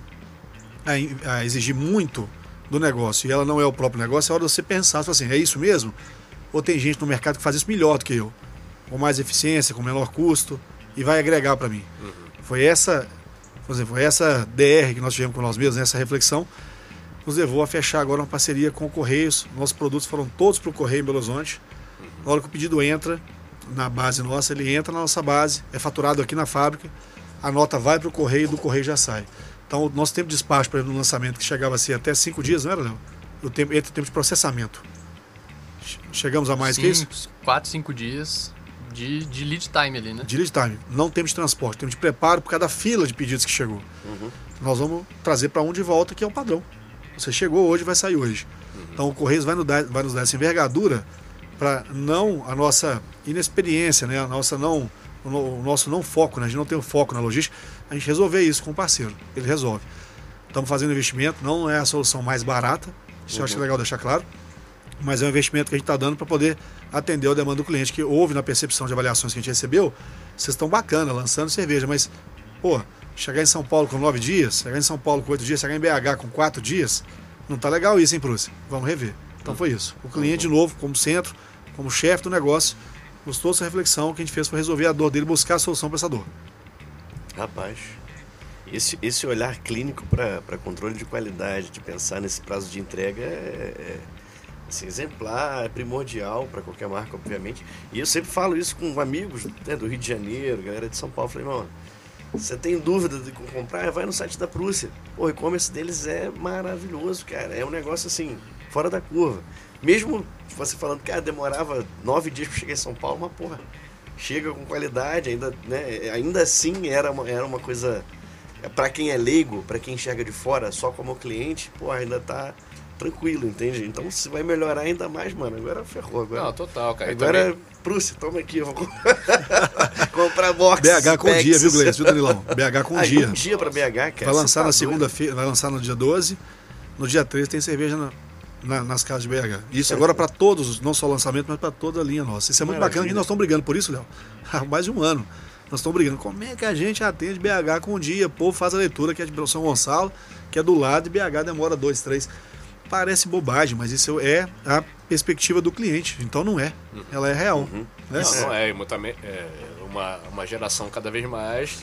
a, a exigir muito do negócio e ela não é o próprio negócio, é hora de você pensar, assim, é isso mesmo? Ou tem gente no mercado que faz isso melhor do que eu? Com mais eficiência, com menor custo e vai agregar para mim. Uhum. Foi essa, por exemplo, foi essa D R que nós tivemos com nós mesmos, essa reflexão, nos levou a fechar agora uma parceria com o Correios. Nossos produtos foram todos para o Correio em Belo Horizonte. Na hora que o pedido entra na base nossa, ele entra na nossa base, é faturado aqui na fábrica, a nota vai para o Correio e do Correio já sai. Então, o nosso tempo de despacho, por exemplo, no lançamento, que chegava a ser até cinco dias, não era, Léo? O tempo, entre o tempo de processamento. Chegamos a mais Sim, que isso? quatro, cinco dias de, de lead time ali, né? De lead time. Não tempo de transporte, tempo de preparo por cada fila de pedidos que chegou. Uhum. Nós vamos trazer para um de volta, que é o padrão. Você chegou hoje, vai sair hoje. Uhum. Então o Correios vai nos dar, vai nos dar essa envergadura para não a nossa inexperiência, né? a nossa não, o nosso não foco, né? A gente não tem o foco na logística, a gente resolver isso com o parceiro. Ele resolve. Estamos fazendo investimento, não é a solução mais barata, isso uhum. eu acho legal deixar claro, mas é um investimento que a gente está dando para poder atender a demanda do cliente, que houve na percepção de avaliações que a gente recebeu, vocês estão bacana, lançando cerveja, mas, pô, chegar em São Paulo com nove dias, chegar em São Paulo com oito dias, chegar em B H com quatro dias, não tá legal isso, hein, Prússia? Vamos rever. Então foi isso. O cliente, de novo, como centro, como chefe do negócio, gostou dessa reflexão, que a gente fez foi resolver a dor dele, buscar a solução para essa dor. Rapaz, esse, esse olhar clínico para controle de qualidade, de pensar nesse prazo de entrega é, é assim, exemplar, é primordial para qualquer marca, obviamente. E eu sempre falo isso com amigos, né, do Rio de Janeiro, galera de São Paulo. Falei, irmão, você tem dúvida de comprar? Vai no site da Prússia. Pô, o e-commerce deles é maravilhoso, cara. É um negócio assim, fora da curva. Mesmo você falando que ah, demorava nove dias para chegar em São Paulo, mas porra, chega com qualidade, ainda, né, ainda assim era uma, era uma coisa, para quem é leigo, para quem enxerga de fora, só como cliente, pô, ainda tá tranquilo, entende? Então se vai melhorar ainda mais, mano, agora ferrou. Agora, não, total, cara. Agora, também... Prússia, toma aqui, eu vou comprar box. B H com dia, viu, Gleice? Viu, Danilão? B H com ah, dia. Um dia pra B H, cara. Vai lançar tá na segunda-feira, vai lançar no dia doze, no dia treze tem cerveja na, na, nas casas de B H. Isso agora para todos, não só o lançamento, mas para toda a linha nossa. Isso é muito Maravilha. Bacana, e nós estamos brigando por isso, Léo. Há mais de um ano. Nós estamos brigando. Como é que a gente atende B H com dia? O povo faz a leitura que é de São Gonçalo, que é do lado, e B H demora dois, três. Parece bobagem, mas isso é a perspectiva do cliente. Então não é. Uhum. Ela é real. Uhum. Né? Não, não é. É uma, uma geração cada vez mais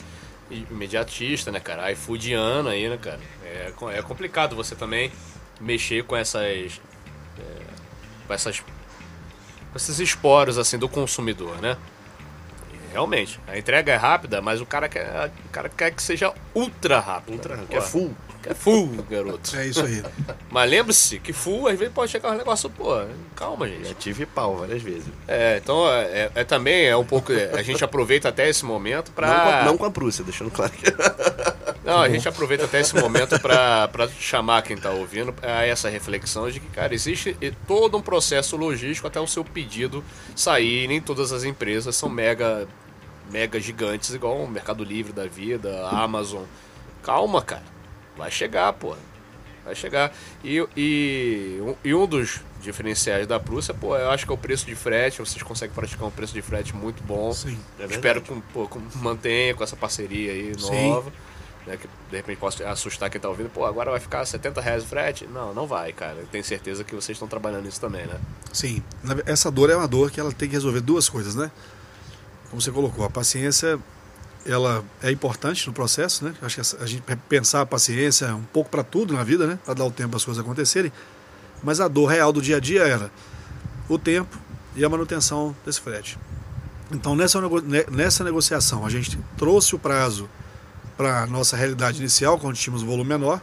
imediatista, né, cara? iFoodiana aí, né, cara? É, é complicado você também mexer com essas... É, com essas... com esses esporos, assim, do consumidor, né? E, realmente, a entrega é rápida, mas o cara quer, o cara quer que seja ultra rápido. Ultra rápido. Quer full. Quer full, garoto. É isso aí. Mas lembre-se que full, às vezes, pode chegar um negócio, pô, calma, gente. Já tive pau várias vezes. É, então, é, é também é um pouco... A gente aproveita até esse momento pra... Não com a, não com a Prússia, deixando claro que... Não, a gente aproveita até esse momento pra, pra chamar quem tá ouvindo a essa reflexão de que, cara, existe todo um processo logístico até o seu pedido sair. Nem todas as empresas são mega, mega gigantes, igual o Mercado Livre da vida, a Amazon. Calma, cara. Vai chegar, pô. Vai chegar. E, e, e um dos diferenciais da Prússia, pô, eu acho que é o preço de frete. Vocês conseguem praticar um preço de frete muito bom. Sim, é Espero que pô, mantenha com essa parceria aí nova. Né, que de repente posso assustar quem tá ouvindo. Pô, agora vai ficar setenta reais o frete? Não, não vai, cara. Eu tenho certeza que vocês estão trabalhando nisso também, né? Sim. Essa dor é uma dor que ela tem que resolver duas coisas, né? Como você colocou, a paciência... ela é importante no processo, né? Acho que a gente pensar a paciência um pouco para tudo na vida, né? Para dar o tempo para as coisas acontecerem. Mas a dor real do dia a dia era o tempo e a manutenção desse frete. Então, nessa, nessa negociação, a gente trouxe o prazo para a nossa realidade inicial, quando tínhamos um volume menor,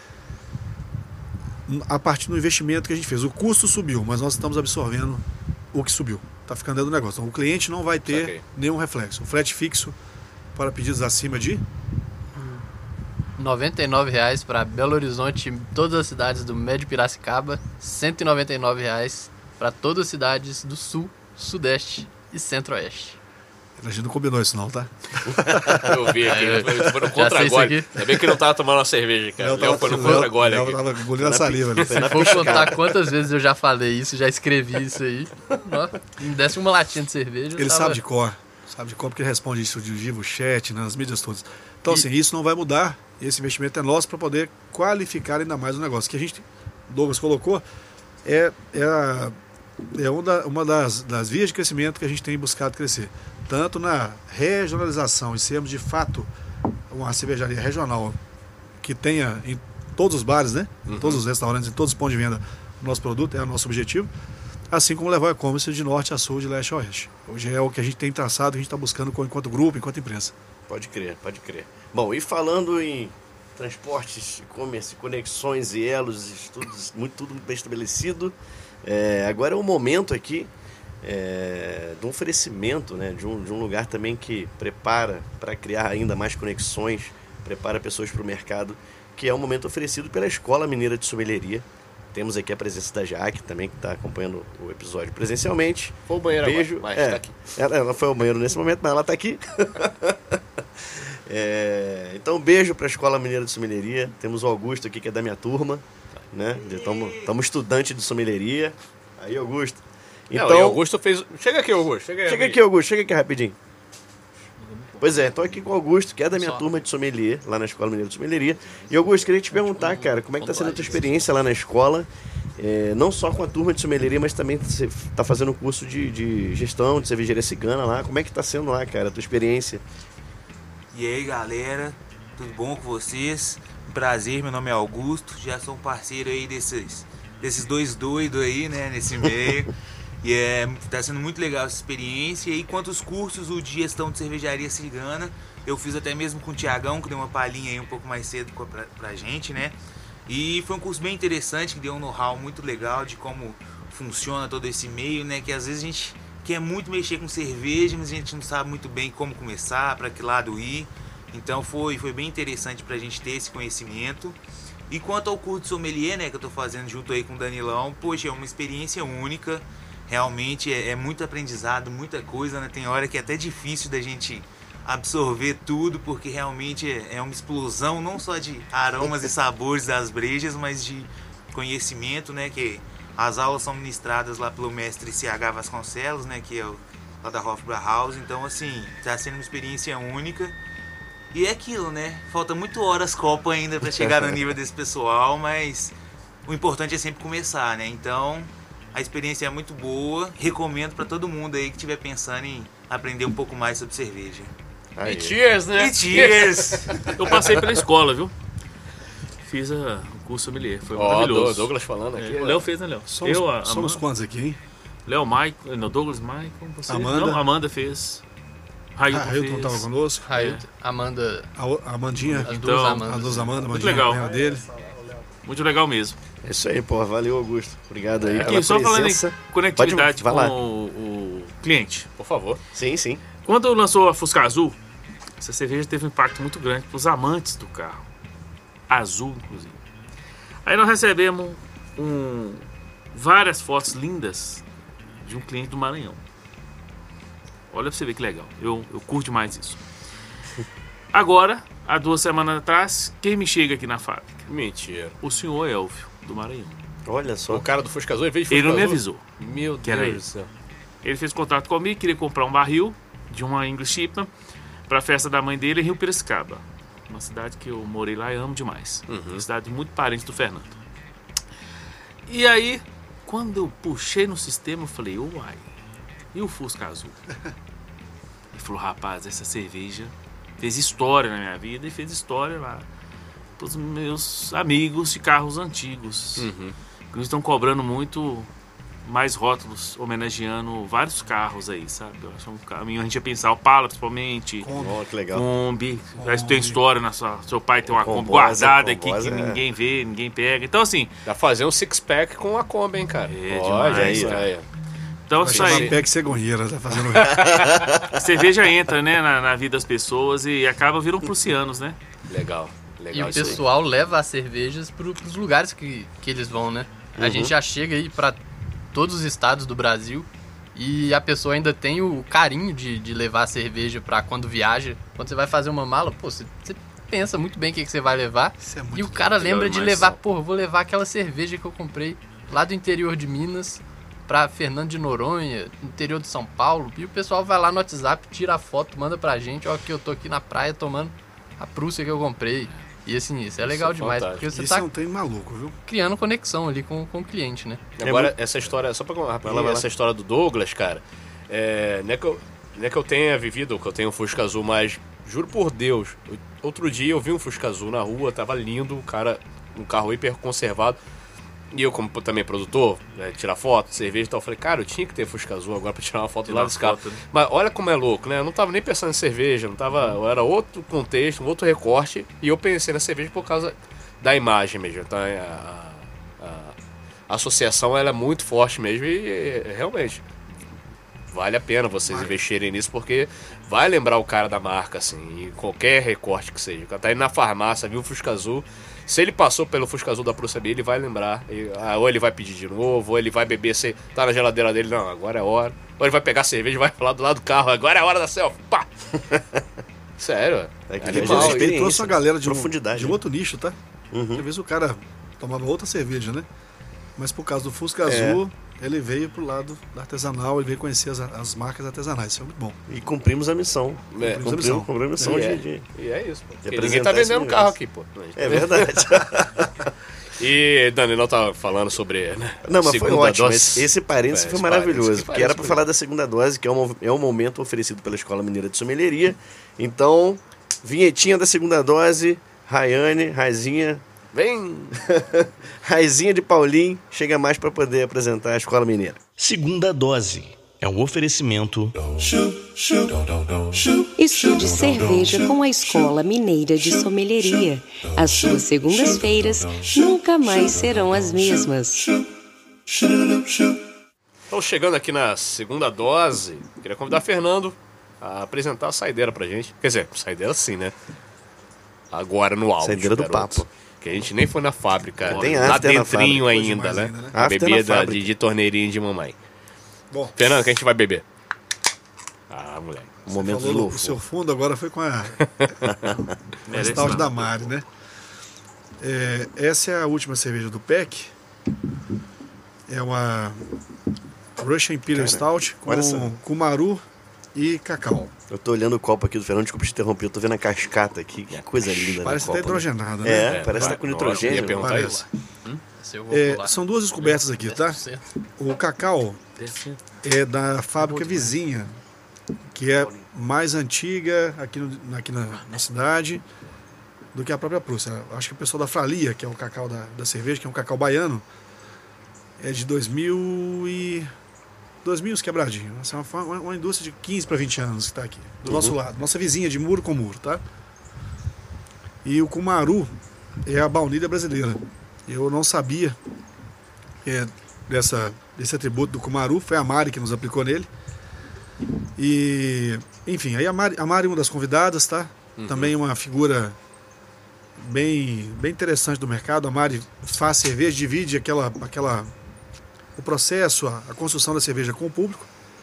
a partir do investimento que a gente fez. O custo subiu, mas nós estamos absorvendo o que subiu. Está ficando dentro do negócio. Então, o cliente não vai ter okay. nenhum reflexo. O frete fixo para pedidos acima de noventa e nove reais para Belo Horizonte, todas as cidades do Médio Piracicaba, cento e noventa e nove reais para todas as cidades do Sul, Sudeste e Centro-Oeste. A gente não combinou isso não, tá? Eu vi aqui, é, eu foi no contra-gole. Ainda bem que não tava tomando uma cerveja, cara. Eu foi no contra-gole aqui. Eu tava engolindo a saliva. Né? Se for contar quantas vezes eu já falei isso, já escrevi isso aí, me desse uma latinha de cerveja. Ele tava... sabe de cor. Sabe de como que ele responde isso de vivo, chat, nas mídias todas. Então, e... assim, isso não vai mudar. Esse investimento é nosso para poder qualificar ainda mais o negócio. Que a gente, Douglas colocou, é, é, a, é uma, da, uma das, das vias de crescimento que a gente tem buscado crescer. Tanto na regionalização, e sermos de fato uma cervejaria regional que tenha em todos os bares, né? Em uhum. todos os restaurantes, em todos os pontos de venda, o nosso produto, é o nosso objetivo. Assim como levar o e-commerce de norte a sul, de leste a oeste. Hoje é o que a gente tem traçado, a gente está buscando enquanto grupo, enquanto imprensa. Pode crer, pode crer. Bom, e falando em transportes, e-commerce, conexões e elos, tudo muito, tudo bem estabelecido, é, agora é o momento aqui é, de um oferecimento, né, de, um, de um lugar também que prepara para criar ainda mais conexões, prepara pessoas para o mercado, que é um momento oferecido pela Escola Mineira de Sommelieria. Temos aqui a presença da Jaque também, que está acompanhando o episódio presencialmente. Foi ao banheiro Beijo. agora, mas é, tá aqui. Ela, ela foi ao banheiro nesse momento, mas ela está aqui. é, então, beijo para a Escola Mineira de Sommelieria. Temos o Augusto aqui, que é da minha turma. Né? Estamos estudante de sommelieria. Aí, Augusto. Então, Não, Augusto fez... Chega aqui, Augusto. Chega, aí, chega aqui, Augusto. Chega aqui rapidinho. Pois é, estou aqui com o Augusto, que é da minha Só. turma de sommelier, lá na Escola Mineira de Sommelieria. E, Augusto, queria te perguntar, cara, como é que está sendo a tua experiência lá na escola? É, não só com a turma de sommelieria, mas também você está fazendo o curso de, de gestão, de cervejaria cigana lá. Como é que está sendo lá, cara, a tua experiência? E aí, galera, tudo bom com vocês? Prazer, meu nome é Augusto, já sou um parceiro aí desses, desses dois doidos aí, né, nesse meio. E é, tá sendo muito legal essa experiência. E quanto aos cursos o de gestão de cervejaria cigana, eu fiz até mesmo com o Tiagão, que deu uma palhinha aí um pouco mais cedo pra, pra gente, né? E foi um curso bem interessante, que deu um know-how muito legal de como funciona todo esse meio, né? Que às vezes a gente quer muito mexer com cerveja, mas a gente não sabe muito bem como começar, para que lado ir. Então foi, foi bem interessante pra gente ter esse conhecimento. E quanto ao curso de sommelier, né, que eu tô fazendo junto aí com o Danilão, poxa, é uma experiência única. Realmente é, é muito aprendizado, muita coisa, né? Tem hora que é até difícil da gente absorver tudo, porque realmente é, é uma explosão não só de aromas e sabores das brejas, mas de conhecimento, né? Que as aulas são ministradas lá pelo mestre C H Vasconcelos, né? Que é o, lá da Hofbrauhaus. Então, assim, tá sendo uma experiência única. E é aquilo, né? Falta muito horas Copa ainda para chegar no nível desse pessoal, mas o importante é sempre começar, né? Então, a experiência é muito boa. Recomendo para todo mundo aí que estiver pensando em aprender um pouco mais sobre cerveja. E cheers, né? E cheers! Eu passei pela escola, viu? Fiz a, o curso sommelier, foi Ó, maravilhoso. Douglas falando aqui. É, o Léo fez, né, Léo? Somos, Eu, a, somos Amanda, quantos aqui, hein? Léo, Maicon, não, Douglas, Maicon, você. Amanda. Não, Amanda fez. Railton Ah, Ailton fez. estava conosco. Railton, Amanda, A, o- a Amandinha. as Então, duas Amandas. As duas Amanda, Muito Amandinha, legal. a irmã dele. Muito legal mesmo. É isso aí, pô. Valeu, Augusto. Obrigado aí Aqui, pela só falando presença. em conectividade Pode- vai com lá. o, o cliente. Por favor. Sim, sim. Quando lançou a Fusca Azul, essa cerveja teve um impacto muito grande para os amantes do carro. Azul, inclusive. Aí nós recebemos um, várias fotos lindas de um cliente do Maranhão. Olha pra você ver que legal. Eu, eu curto demais isso. Agora, há duas semanas atrás, quem me chega aqui na fábrica? Mentira. O senhor Elvio, do Maranhão. Olha só. O cara do Fusca Azul, ele veio de Ele Fusca não me Azul? avisou. Meu Que era Deus ele. do céu. Ele fez contato comigo, queria comprar um barril de uma English Shipment para a festa da mãe dele em Rio Piracicaba. Uma cidade que eu morei lá e amo demais. Uhum. Uma cidade muito parente do Fernando. E aí, quando eu puxei no sistema, eu falei, uai, e o Fusca Azul? Ele falou, rapaz, essa cerveja fez história na minha vida e fez história lá pros meus amigos de carros antigos. Uhum. Eles estão cobrando muito mais rótulos, homenageando vários carros aí, sabe? Eu acho um caminho, a gente ia pensar, o Opala principalmente, Ó, que legal. Kombi, já tem história, na sua, seu pai tem uma Kombi Combosa, guardada aqui Combosa, que é. ninguém vê, ninguém pega. Então assim, Dá pra fazer um six-pack com a Kombi, hein, cara? É, Olha demais, aí, cara. aí. então Vai isso chamar aí, Peck Cegonheira, tá fazendo. a cerveja entra, né, na, na vida das pessoas e acaba virando prussianos, né? Legal. E Legal o isso aí. pessoal leva as cervejas pro, pros lugares que, que eles vão, né? A Uhum. gente já chega aí pra todos os estados do Brasil e a pessoa ainda tem o carinho de, de levar a cerveja pra quando viaja. Quando você vai fazer uma mala, pô, você, você pensa muito bem o que, que você vai levar. Isso é muito E o cara legal lembra de demais. levar, pô, eu vou levar aquela cerveja que eu comprei lá do interior de Minas pra Fernando de Noronha, interior de São Paulo. E o pessoal vai lá no WhatsApp, tira a foto, manda pra gente, ó, que eu tô aqui na praia tomando a Prússia que eu comprei. E assim, isso é legal Isso é demais, fantástico. porque você Isso tá é um trem maluco, viu? criando conexão ali com, com o cliente, né? Agora, essa história, só pra Vai lá, rapidinho, vai lá. essa história do Douglas, cara, é, não, é que eu, não é que eu tenha vivido, que eu tenha um Fusca Azul, mas juro por Deus, eu- outro dia eu vi um Fusca Azul na rua, tava lindo, o cara, um carro hiper conservado, e eu, como também produtor, né, tirar foto, cerveja e tal, eu falei, cara, eu tinha que ter Fusca Azul agora pra tirar uma foto Tirar lá uma desse carro. foto, né? Mas olha como é louco, né? Eu não tava nem pensando em cerveja, não tava, era outro contexto, um outro recorte, e eu pensei na cerveja por causa da imagem mesmo. Então, a, a- a associação ela é muito forte mesmo e, e, realmente vale a pena vocês investirem nisso porque vai lembrar o cara da marca, assim, em qualquer recorte que seja. Tá indo na farmácia, viu o Fusca Azul. Se ele passou pelo Fusca Azul da Prússia B, ele vai lembrar. E, ah, ou ele vai pedir de novo, ou ele vai beber, se tá na geladeira dele, não, agora é hora. Ou ele vai pegar a cerveja e vai falar do lado do carro, agora é a hora da selfie, pá! Sério, É que animal. já Ele experiência, trouxe uma galera de um, profundidade, de um né? outro nicho, tá? Uhum. Às vezes o cara tomava outra cerveja, né? Mas por causa do Fusca É. Azul, ele veio pro lado da artesanal, ele veio conhecer as, as marcas artesanais. Isso é muito bom. E cumprimos a missão. É, cumprimos, missão. cumprimos a missão E de, é, de- e é isso, pô. Porque apresentar ninguém tá esse vendendo universo. carro aqui, pô. É verdade. E Danilo tava falando sobre. Né, Não, mas foi segunda ótimo. dose. Esse, esse parênteses É, foi esse maravilhoso. parênteses, Porque era para parênteses falar da segunda dose, que é um, é um momento oferecido pela Escola Mineira de Sommelieria. Então, vinhetinha da segunda dose, Rayane, Raizinha. Vem! Raizinha de Paulinho chega mais para poder apresentar a Escola Mineira. Segunda dose é um oferecimento. Estude cerveja com a Escola Mineira de Sommelieria. As suas segundas-feiras nunca mais serão as mesmas. Então, chegando aqui na segunda dose, queria convidar Fernando a apresentar a saideira pra gente. Quer dizer, saideira sim, né? Agora no áudio. Saideira do garoto. papo. Que a gente nem foi na fábrica. Tem lá after na dentrinho fábrica. ainda, Coisa né? demais ainda, né? After na Bebida fábrica. de, de torneirinha de mamãe. Bom, Fernando, que a gente vai beber? Ah, moleque. Um momento falou de no- novo. o seu fundo agora foi com a Merece Stout não. da Mari, né? É, essa é a última cerveja do P E C. É uma Russian Imperial Cara, Stout com olha essa- cumaru e cacau. Eu tô olhando o copo aqui do Fernando, desculpa te interromper, eu tô vendo a cascata aqui, que coisa linda. Parece no até copo, né? hidrogenada, né? É, É, parece que vai- tá com nossa, nitrogênio. eu ia perguntar Parece. isso. Se eu vou É, pular. são duas descobertas aqui, tá? Certo. O cacau Desce. é da fábrica vizinha, que é mais antiga aqui, no, aqui na, na cidade do que a própria Prússia. Acho que o pessoal da Fralia, que é o cacau da, da cerveja, que é um cacau baiano, é de dois mil e... dois mil quebradinho. Essa é uma, uma, uma indústria de quinze para vinte anos que está aqui, do uhum. nosso lado. Nossa vizinha, de muro com muro, tá? E o Cumaru é a baunilha brasileira. Eu não sabia é, dessa, desse atributo do Cumaru, foi a Mari que nos aplicou nele. E, enfim, aí a Mari, a Mari é uma das convidadas, tá? Uhum. Também uma figura bem, bem interessante do mercado. A Mari faz cerveja, divide aquela, aquela, o processo, a, a construção da cerveja com o público.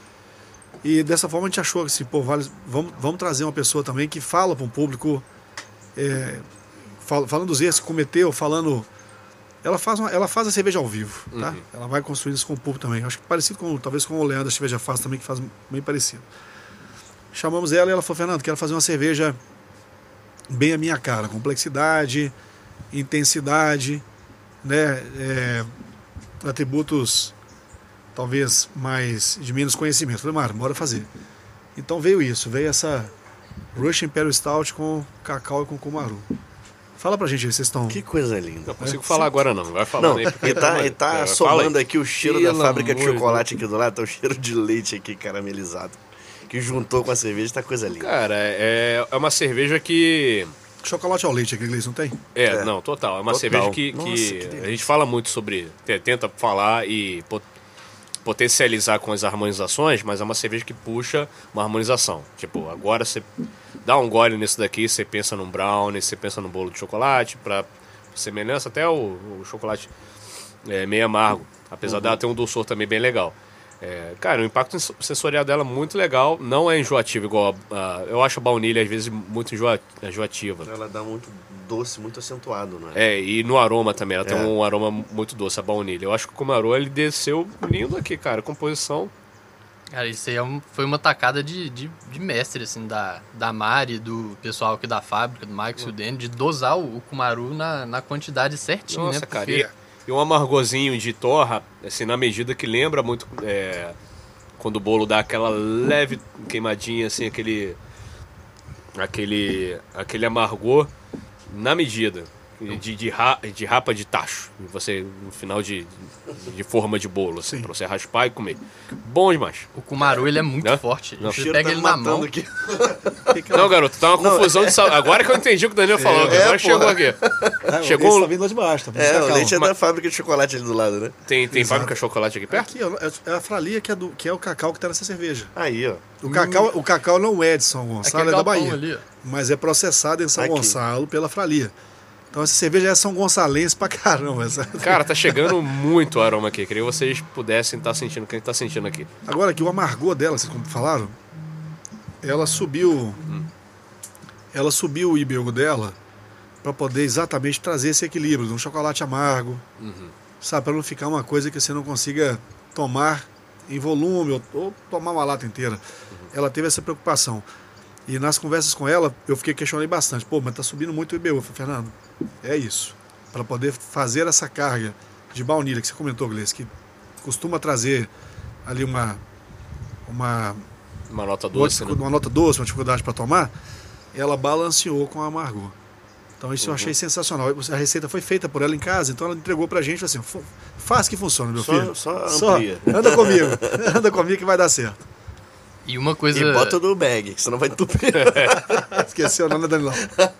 E dessa forma a gente achou assim, pô, vale, vamos, vamos trazer uma pessoa também que fala para um público, é, fal, falando dos erros que cometeu, falando... Ela faz, uma, ela faz a cerveja ao vivo, tá? Uhum. Ela vai construindo isso com o público também. Acho que parecido com, talvez com o Leandro da Cerveja Faz também, que faz bem parecido. Chamamos ela e ela falou, Fernando, quero fazer uma cerveja bem a minha cara. Complexidade, intensidade, né? É, atributos talvez mais de menos conhecimento. Falei, Mário, bora fazer. Então veio isso, veio essa Russian Imperial Stout com cacau e com Cumaru. Fala pra gente aí, vocês estão... Que coisa linda. Não consigo é? falar agora não, vai falar. Não, ele tá, ele tá é, somando aqui o cheiro da fábrica de chocolate aqui do lado, tá o cheiro de leite aqui caramelizado, que juntou com a cerveja, tá coisa linda. Cara, é, é uma cerveja que... Chocolate ao leite aqui, Gleice, não tem? É, é, não, total. É uma total. cerveja que, que, Nossa, que a gente fala muito sobre, tenta falar e potencializar com as harmonizações, mas é uma cerveja que puxa uma harmonização. Tipo, agora você dá um gole nisso daqui, você pensa num brownie, você pensa num bolo de chocolate, pra semelhança até o, o chocolate é, meio amargo, apesar uhum. dela ter um dulçor também bem legal. É, cara, o impacto sensorial dela é muito legal, não é enjoativo igual a, a, eu acho a baunilha às vezes muito enjoa, enjoativa. Ela dá muito doce, muito acentuado, não é? É, e no aroma também, ela é. tem um aroma muito doce, a baunilha. Eu acho que o Cumaru, ele desceu lindo aqui, cara, composição. Cara, isso aí é um, foi uma tacada de, de, de mestre, assim, da, da Mari, do pessoal aqui da fábrica, do Max e o Dani, de dosar o, o Cumaru na, na quantidade certinha, Nossa, né? Cara, Porque... E um amargozinho de torra, assim, na medida que lembra muito é, quando o bolo dá aquela leve queimadinha, assim, aquele, aquele, aquele amargor na medida de, de, ra, de rapa de tacho. Você, no final de, de forma de bolo, assim, pra você raspar e comer. Bom demais. O Cumaru, ele é muito Não? forte. Não. Você pega tá ele na mão. Aqui. Não, garoto, tá uma confusão não. de sal... Agora que eu entendi o que o Danilo falou. É, agora é, chegou aqui. Ah, chegou o leite tá vindo lá de baixo. Tá é, o leite é da fábrica de chocolate ali do lado, né? Tem, tem fábrica de chocolate aqui perto? Aqui, é a Fralia, que é, do, que é o cacau que tá nessa cerveja. Aí, ó. O cacau, o cacau não é de São Gonçalo, é, é da Bahia. Ali, mas é processado em São aqui. Gonçalo pela Fralia. Então essa cerveja é São Gonçalense pra caramba. Essa. Cara, tá chegando muito aroma aqui. Queria que vocês pudessem estar sentindo o que a gente tá sentindo aqui. Agora aqui, o amargor dela, vocês como falaram, ela subiu. Hum. Ela subiu o I B U dela para poder exatamente trazer esse equilíbrio de um chocolate amargo, uhum. sabe? Para não ficar uma coisa que você não consiga tomar em volume ou, ou tomar uma lata inteira. Uhum. Ela teve essa preocupação. E nas conversas com ela, eu fiquei questionando bastante. Pô, mas tá subindo muito o I B U. Eu falei, Fernando, é isso. Para poder fazer essa carga de baunilha que você comentou, Gleice, que costuma trazer ali uma... Uma, uma nota doce, uma, né? uma nota doce, uma dificuldade para tomar, ela balanceou com a amargor. Então isso uhum. eu achei sensacional. A receita foi feita por ela em casa, então ela entregou pra gente assim, faz que funciona, meu só, filho. Só amplia. Só, anda comigo, anda comigo que vai dar certo. E uma coisa... E bota no bag, que senão vai entupir. Esqueceu, não é Danilão.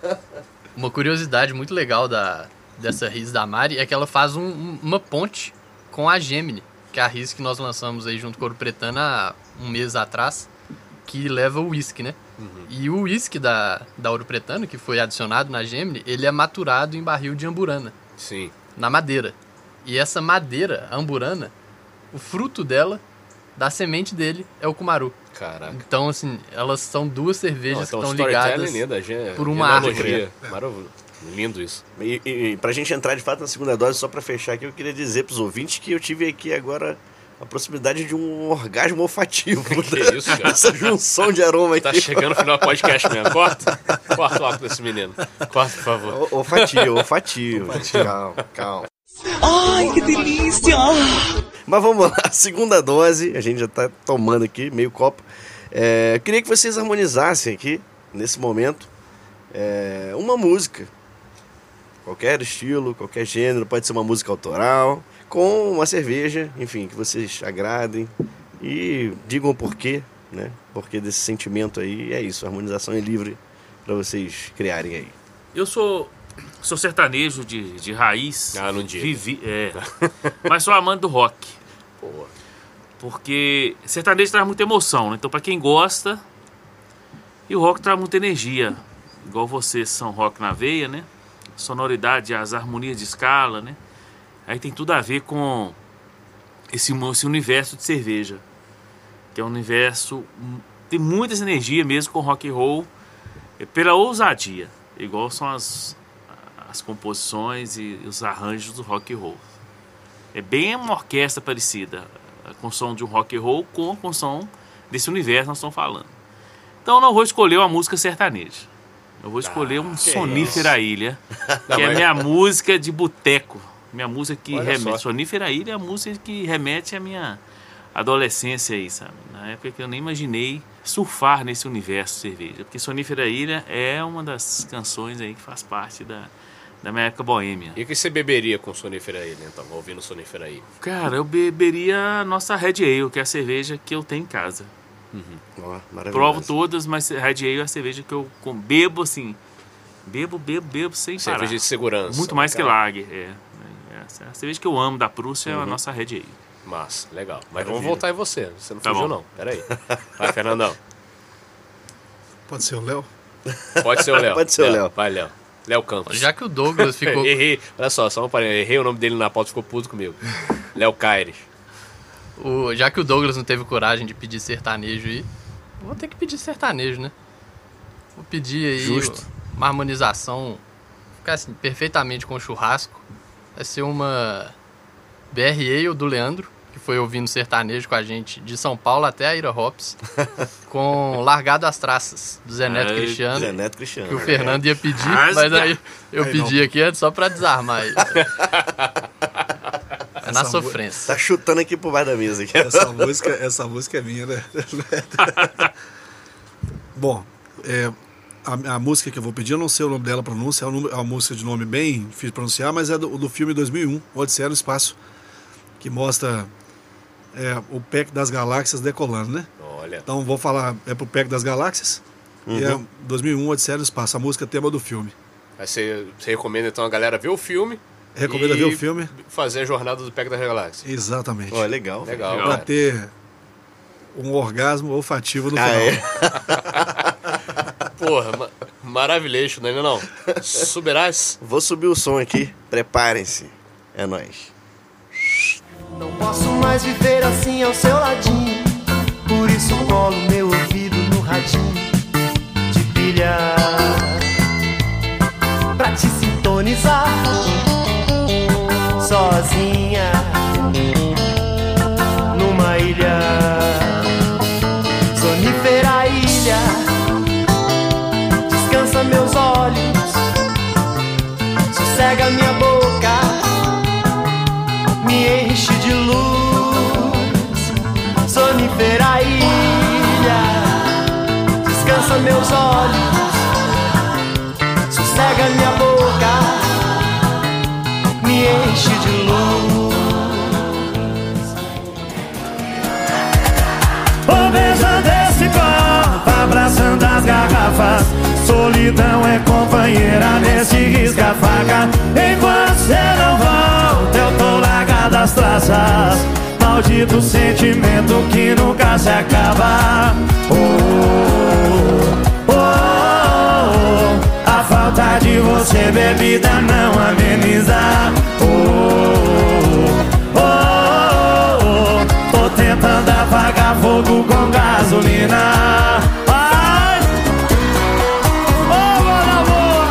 Uma curiosidade muito legal da, dessa Riz da Mari é que ela faz um, uma ponte com a Gemini, que é a Riz que nós lançamos aí junto com a Ouro Pretana há um mês atrás, que leva o uísque, né? Uhum. E o uísque da, da Ouro Pretana, que foi adicionado na Gemini, ele é maturado em barril de amburana. Sim. Na madeira. E essa madeira, a amburana, o fruto dela, da semente dele, é o Cumaru. Caraca. Então, assim, elas são duas cervejas Não, então, que estão ligadas né, por uma árvore. É. Maravilhoso. Lindo isso. E, e, e pra gente entrar de fato na segunda dose, só pra fechar aqui, eu queria dizer pros ouvintes que eu tive aqui agora a proximidade de um orgasmo olfativo. Que isso, cara? Essa junção de aroma aqui. Tá chegando no final do podcast mesmo. Corta. Corta o álcool desse menino. Corta, por favor. Olfatio, olfatio. Calma, calma. Ai, que delícia! Mas vamos lá, segunda dose, a gente já tá tomando aqui, meio copo. É, queria que vocês harmonizassem aqui, nesse momento, é, uma música. Qualquer estilo, qualquer gênero, pode ser uma música autoral, com uma cerveja, enfim, que vocês agradem e digam o porquê, né? Porquê desse sentimento aí. É isso, a harmonização é livre para vocês criarem aí. Eu sou, sou sertanejo de, de raiz. Ah, não digo. Vivi, é, mas sou amante do rock. Pô. Porque sertanejo traz muita emoção, né? Então pra quem gosta, e o rock traz muita energia. Igual vocês são rock na veia, né? Sonoridade, as harmonias de escala, né? Aí tem tudo a ver com esse, esse universo de cerveja, que é um universo, tem muitas energias mesmo com rock and roll, pela ousadia, igual são as, as composições e os arranjos do rock and roll. É bem uma orquestra parecida, com o som de um rock and roll com, com o som desse universo que nós estamos falando. Então eu não vou escolher uma música sertaneja. Eu vou escolher ah, um Sonífera Ilha, que não, é a minha música de boteco. Minha música que remete. Sonífera Ilha é a música que remete à minha adolescência aí, sabe? Na época que eu nem imaginei surfar nesse universo de cerveja. Porque Sonífera Ilha é uma das canções aí que faz parte da, da minha época boêmia. E o que você beberia com Sonífera Ilha, então, ouvindo Sonífera Ilha? Cara, eu beberia a nossa Red Ale, que é a cerveja que eu tenho em casa. Uhum. Oh, provo todas, mas Red Ale é a cerveja que eu bebo assim, bebo, bebo, bebo sem cerveja parar. Cerveja de segurança. Muito mais cara. que Lager, é. A cerveja que eu amo da Prússia uhum. é a nossa Red Ale. Massa, legal. Mas Maravilha. Vamos voltar em você, você não tá fugiu bom. não, peraí. Vai, Fernandão. Pode ser o Léo? Pode ser o Léo. Pode ser o Léo. Vai, Léo. Léo Campos. Já que o Douglas ficou... Errei, olha só, só um parênteses. Errei o nome dele na pauta, ficou puto comigo. Léo Caires. O, já que o Douglas não teve coragem de pedir sertanejo aí, vou ter que pedir sertanejo, né? Vou pedir aí Justo. uma harmonização, ficar assim, perfeitamente com churrasco. Vai ser uma B R Ale do Leandro, que foi ouvindo sertanejo com a gente de São Paulo até a Ira Hops, com Largado às Traças, do Zé Neto Ai, Cristiano. Zé Neto Cristiano. Que o Fernando ia pedir, Mas, mas aí eu aí pedi não. aqui antes só pra desarmar ele. É na Essa sofrência. Tá chutando aqui por baixo da mesa. Aqui. Essa música, essa música é minha, né? Bom, é, a, a música que eu vou pedir, eu não sei o nome dela, a pronúncia, é uma, é uma música de nome bem difícil de pronunciar, mas é do, do filme dois mil e um, Odisseia no Espaço, que mostra é, o Pack das Galáxias decolando, né? Olha. Então vou falar, é pro Pack das Galáxias, uhum. e é dois mil e um, Odisseia no Espaço, a música é tema do filme. Aí você, você recomenda então a galera ver o filme. Recomenda ver o filme. Fazer a jornada do Pack das Galáxias. Exatamente. Ó, legal. Legal. Pra Cara. ter um orgasmo olfativo no Ah, final. é? Porra, ma maravilhoso, não é não? Subirás? Vou subir o som aqui. Preparem-se. É nóis. Não posso mais viver assim ao seu ladinho. Por isso colo meu ouvido no radinho de pilha pra te sintonizar. Sozinha numa ilha, sonífera ilha, descansa meus olhos, sossega minha boca, me enche de luz. Sonífera ilha, descansa meus olhos, sossega minha boca, me enche de luz. O beijo desse copo abraçando as garrafas. Solidão é companheira nesse risca-faca. Enquanto cê não volta, eu tô largado às traças. Maldito sentimento que nunca se acaba. Oh, oh, oh, oh. A falta de você, bebida, não ameniza. Oh, oh, oh, oh. Tô tentando apagar fogo com gasolina. Ai, oh, meu amor.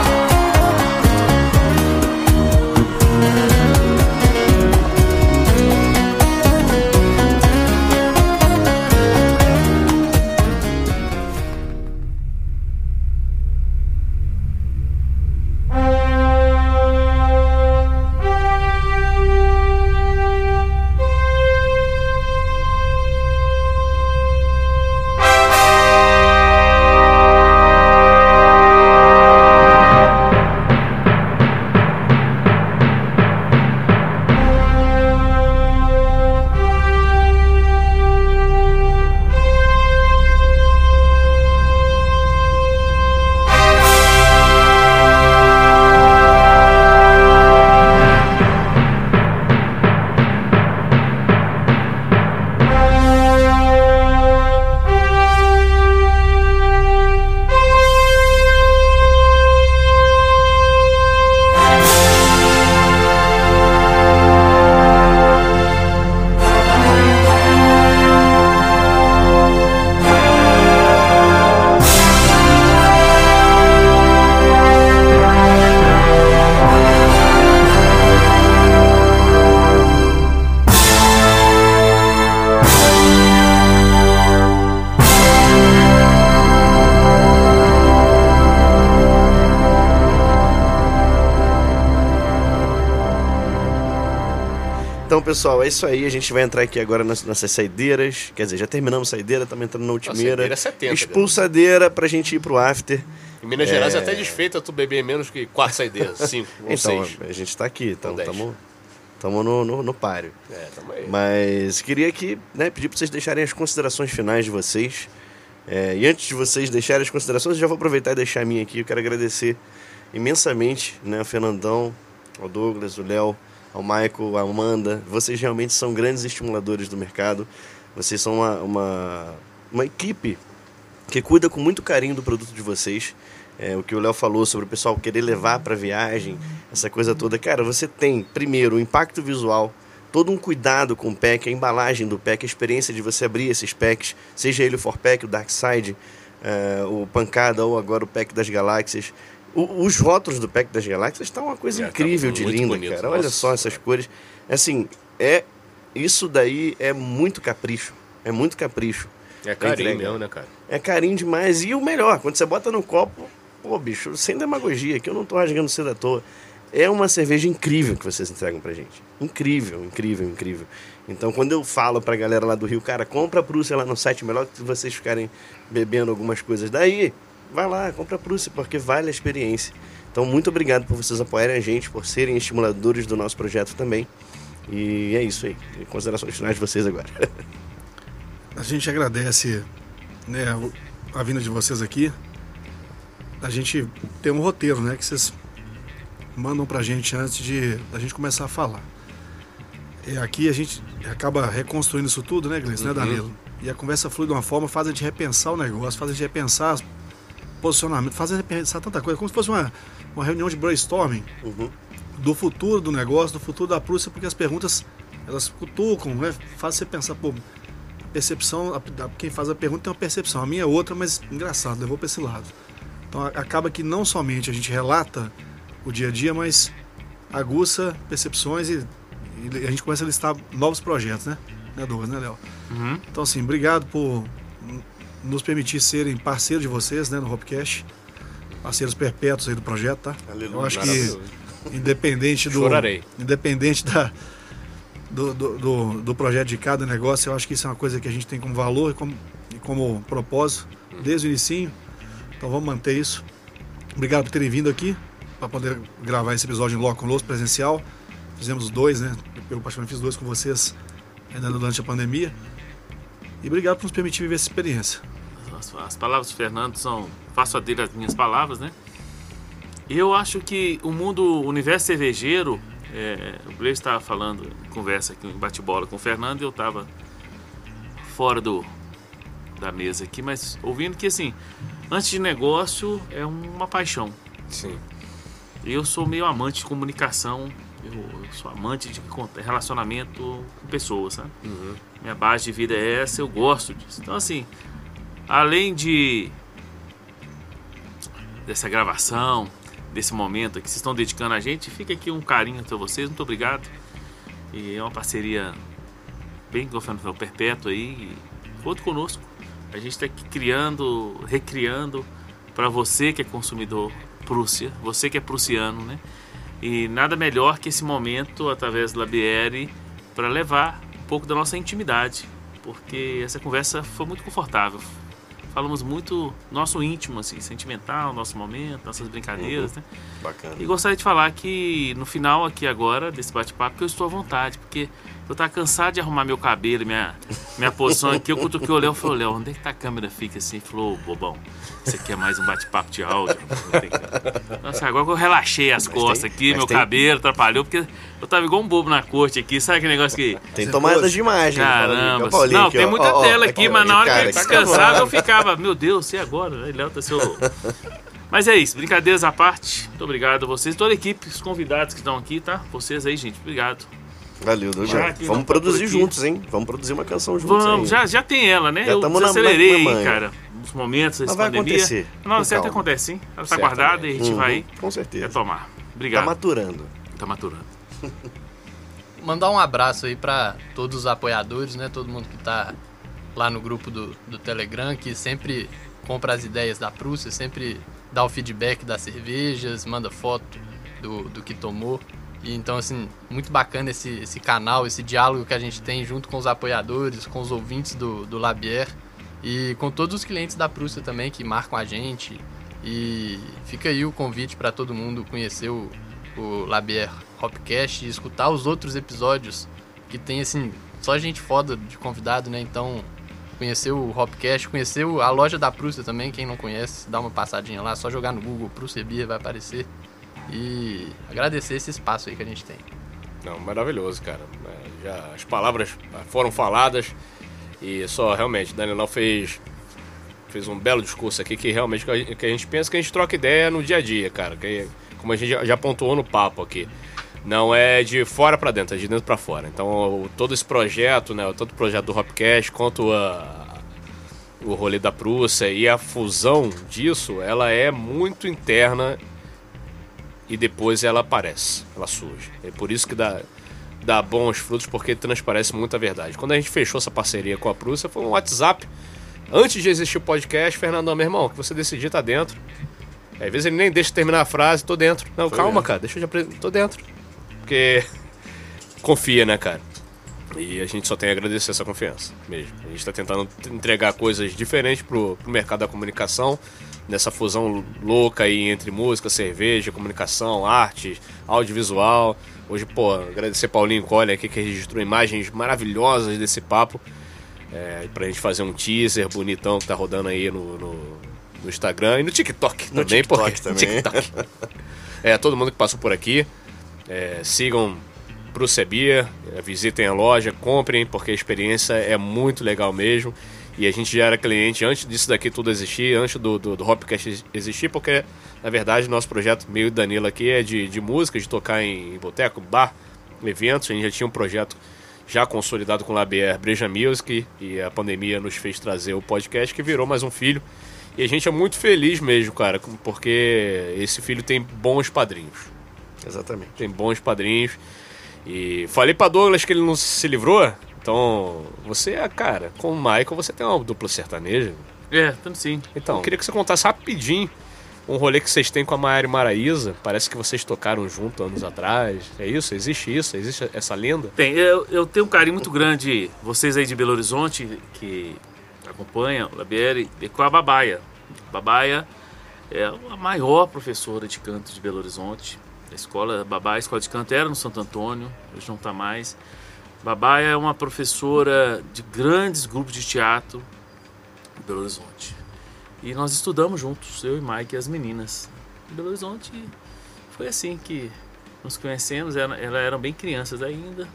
pessoal, é isso aí. A gente vai entrar aqui agora nas nossas saideiras. Quer dizer, já terminamos saideira, estamos entrando na ultimeira. Saideira é setenta, expulsadeira pra gente ir pro after. Em Minas Gerais é é até desfeita tu beber menos que quatro saideiras, cinco ou então, seis. a gente tá aqui, estamos dez. no, no, no páreo. É, tamo aí. Mas queria aqui, né, pedir pra vocês deixarem as considerações finais de vocês. É, e antes de vocês deixarem as considerações, eu já vou aproveitar e deixar a minha aqui. Eu quero agradecer imensamente, né, ao Fernandão, ao Douglas, ao Léo, ao Michael, à Amanda. Vocês realmente são grandes estimuladores do mercado. Vocês são uma, uma, uma equipe que cuida com muito carinho do produto de vocês. É, o que o Léo falou sobre o pessoal querer levar para viagem, essa coisa toda. Cara, você tem, primeiro, o impacto visual, todo um cuidado com o pack, a embalagem do pack, a experiência de você abrir esses packs, seja ele o four pack, o Dark Side, é, o Pancada ou agora o pack das galáxias. O, os rótulos do pack das galáxias estão uma coisa É, incrível tá de muito linda, bonito, cara. nossa. Olha só essas cores. Assim, é, isso daí é muito capricho. É muito capricho. É carinho entrega. mesmo, né, cara? É carinho demais. E o melhor, quando você bota no copo, pô, bicho, sem demagogia, que eu não tô rasgando cedo à toa. É uma cerveja incrível que vocês entregam pra gente. Incrível, incrível, incrível. Então, quando eu falo pra galera lá do Rio, cara, compra a Prússia lá no site, melhor que vocês ficarem bebendo algumas coisas daí, vai lá, compra a Prússia, porque vale a experiência. Então, muito obrigado por vocês apoiarem a gente, por serem estimuladores do nosso projeto também. E é isso aí. Considerações finais de vocês agora. A gente agradece, né, a vinda de vocês aqui. A gente tem um roteiro, né, que vocês mandam pra gente antes de a gente começar a falar. E aqui a gente acaba reconstruindo isso tudo, né, Gleice, Uhum. né, Danilo? E a conversa flui de uma forma, faz a gente repensar o negócio, faz a gente repensar posicionamento, faz a gente repensar tanta coisa, como se fosse uma, uma reunião de brainstorming uhum. do futuro do negócio, do futuro da Prússia, porque as perguntas, elas cutucam, né, fazem você pensar, pô, a percepção, a, a, quem faz a pergunta tem uma percepção, a minha é outra, mas engraçado, levou para esse lado. Então a, acaba que não somente a gente relata o dia a dia, mas aguça percepções e, e a gente começa a listar novos projetos, né? Né, Douglas, né, Léo? Uhum. Então, assim, obrigado por nos permitir serem parceiros de vocês, né, no Hopcast. Parceiros perpétuos aí do projeto, tá? Aleluia. Eu acho que, Maravilhoso. independente do... Chorarei. Independente da, do, do, do, do projeto de cada negócio, eu acho que isso é uma coisa que a gente tem como valor e como, e como propósito, desde o inicinho. Então, vamos manter isso. Obrigado por terem vindo aqui, para poder gravar esse episódio em loco conosco, presencial. Fizemos dois, né? Eu particularmente fiz dois com vocês ainda durante a pandemia. E obrigado por nos permitir viver essa experiência. As, as palavras do Fernando são... Faço a dele as minhas palavras, né? Eu acho que o mundo, o universo cervejeiro... É, o Gleice estava falando, conversa aqui, um bate-bola com o Fernando, e eu estava fora do, da mesa aqui, mas ouvindo que, assim, antes de negócio, é uma paixão. Sim. Eu sou meio amante de comunicação, eu, eu sou amante de relacionamento com pessoas, sabe? Uhum. Minha base de vida é essa, eu gosto disso. Então, assim, além de dessa gravação, desse momento que vocês estão dedicando a gente, fica aqui um carinho para vocês, muito obrigado. E é uma parceria bem, como eu falei, perpétua aí. Conta conosco. A gente está aqui criando, recriando para você que é consumidor Prússia, você que é prussiano, né? E nada melhor que esse momento, através do Labieri, para levar um pouco da nossa intimidade, porque essa conversa foi muito confortável. Falamos muito nosso íntimo, assim, sentimental, nosso momento, nossas brincadeiras, uhum. né? Bacana. E gostaria de falar que no final aqui agora desse bate-papo, que eu estou à vontade, porque eu tava cansado de arrumar meu cabelo, minha, minha posição aqui. Eu cutuquei o Léo e falei, Léo, onde é que tá a câmera fica assim? Ele falou, bobão, isso aqui é mais um bate-papo de áudio. Nossa, agora que eu relaxei as mas costas tem, aqui, meu tem... cabelo atrapalhou, porque eu tava igual um bobo na corte aqui, sabe aquele negócio que... Tem tomadas de imagem. Caramba, Paulinho, não, aqui, tem ó, muita ó, tela ó, aqui, ó, mas na hora cara, que eu descansava eu ficava, meu Deus, e agora? Léo tá seu... Mas é isso, brincadeiras à parte, muito obrigado a vocês, toda a equipe, os convidados que estão aqui, tá? Vocês aí, gente, obrigado. Valeu, Douglas. Já, Vamos produzir juntos, hein? Vamos produzir uma canção juntos. Vamos, aí. já, já tem ela, né? Já eu tamo na- acelerei na- na aí, manha. cara, nos momentos dessa Mas vai pandemia. acontecer, Não, com certo calma. acontece, sim. Ela tá Certamente. guardada e a gente Uhum, vai com certeza. retomar. Obrigado. Tá maturando. Tá maturando. Mandar um abraço aí pra todos os apoiadores, né? Todo mundo que tá lá no grupo do, do Telegram, que sempre compra as ideias da Prússia, sempre dá o feedback das cervejas, manda foto do, do que tomou. E então, assim, muito bacana esse, esse canal, esse diálogo que a gente tem junto com os apoiadores, com os ouvintes do, do Labier e com todos os clientes da Prússia também que marcam a gente. E fica aí o convite para todo mundo conhecer o, o Labier Hopcast e escutar os outros episódios que tem, assim, só gente foda de convidado, né? Então, conhecer o Hopcast, conhecer a loja da Prússia também, quem não conhece, dá uma passadinha lá, só jogar no Google, Prússia Beer vai aparecer. E agradecer esse espaço aí que a gente tem. Não, maravilhoso, cara. Já as palavras foram faladas e só realmente, Danielão fez, fez um belo discurso aqui que realmente que a gente pensa que a gente troca ideia no dia a dia, cara. Que, como a gente já, já pontuou no papo aqui. Não é de fora para dentro, é de dentro para fora. Então, todo esse projeto, né, tanto o projeto do Hopcast quanto a, o rolê da Prússia e a fusão disso, ela é muito interna e depois ela aparece, ela surge. É por isso que dá, dá bons frutos, porque transparece muita verdade. Quando a gente fechou essa parceria com a Prússia, foi um WhatsApp. Antes de existir o podcast, Fernandão, meu irmão, que você decidir tá dentro. Às vezes ele nem deixa terminar a frase, tô dentro. Não, foi calma, mesmo. Cara, deixa eu te apresentar, tô dentro. Porque confia, né, cara? E a gente só tem a agradecer essa confiança mesmo. A gente tá tentando entregar coisas diferentes pro, pro mercado da comunicação, nessa fusão louca aí entre música, cerveja, comunicação, arte, audiovisual. Hoje, pô, agradecer Paulinho Colli aqui que registrou imagens maravilhosas desse papo. É, pra gente fazer um teaser bonitão que tá rodando aí no, no, no Instagram e no TikTok no também. TikTok porque, também. TikTok. É, todo mundo que passou por aqui, é, sigam Prússia Beer, visitem a loja, comprem, porque a experiência é muito legal mesmo. E a gente já era cliente antes disso daqui tudo existir, antes do, do, do Hopcast existir, porque, na verdade, nosso projeto, meio Danilo aqui, é de, de música, de tocar em, em boteco, bar, eventos. A gente já tinha um projeto já consolidado com o Labier Breja Music, e a pandemia nos fez trazer o podcast, que virou mais um filho. E a gente é muito feliz mesmo, cara, porque esse filho tem bons padrinhos. Exatamente. Tem bons padrinhos. E falei pra Douglas que ele não se livrou. Então, você é, cara, com o Michael você tem uma dupla sertaneja. É, tanto sim. Então, eu queria que você contasse rapidinho um rolê que vocês têm com a Maiara e Maraísa. Parece que vocês tocaram junto anos atrás. É isso? Existe isso? Existe essa lenda? Tem, eu, eu tenho um carinho muito grande, vocês aí de Belo Horizonte, que acompanham o Labieri, com a Babaia. Babaia é a maior professora de canto de Belo Horizonte. A escola Babaia, a escola de canto era no Santo Antônio, hoje não está mais. Babaia é uma professora de grandes grupos de teatro em Belo Horizonte. E nós estudamos juntos, eu e Mike e as meninas. Em Belo Horizonte foi assim que nos conhecemos, elas eram bem crianças ainda.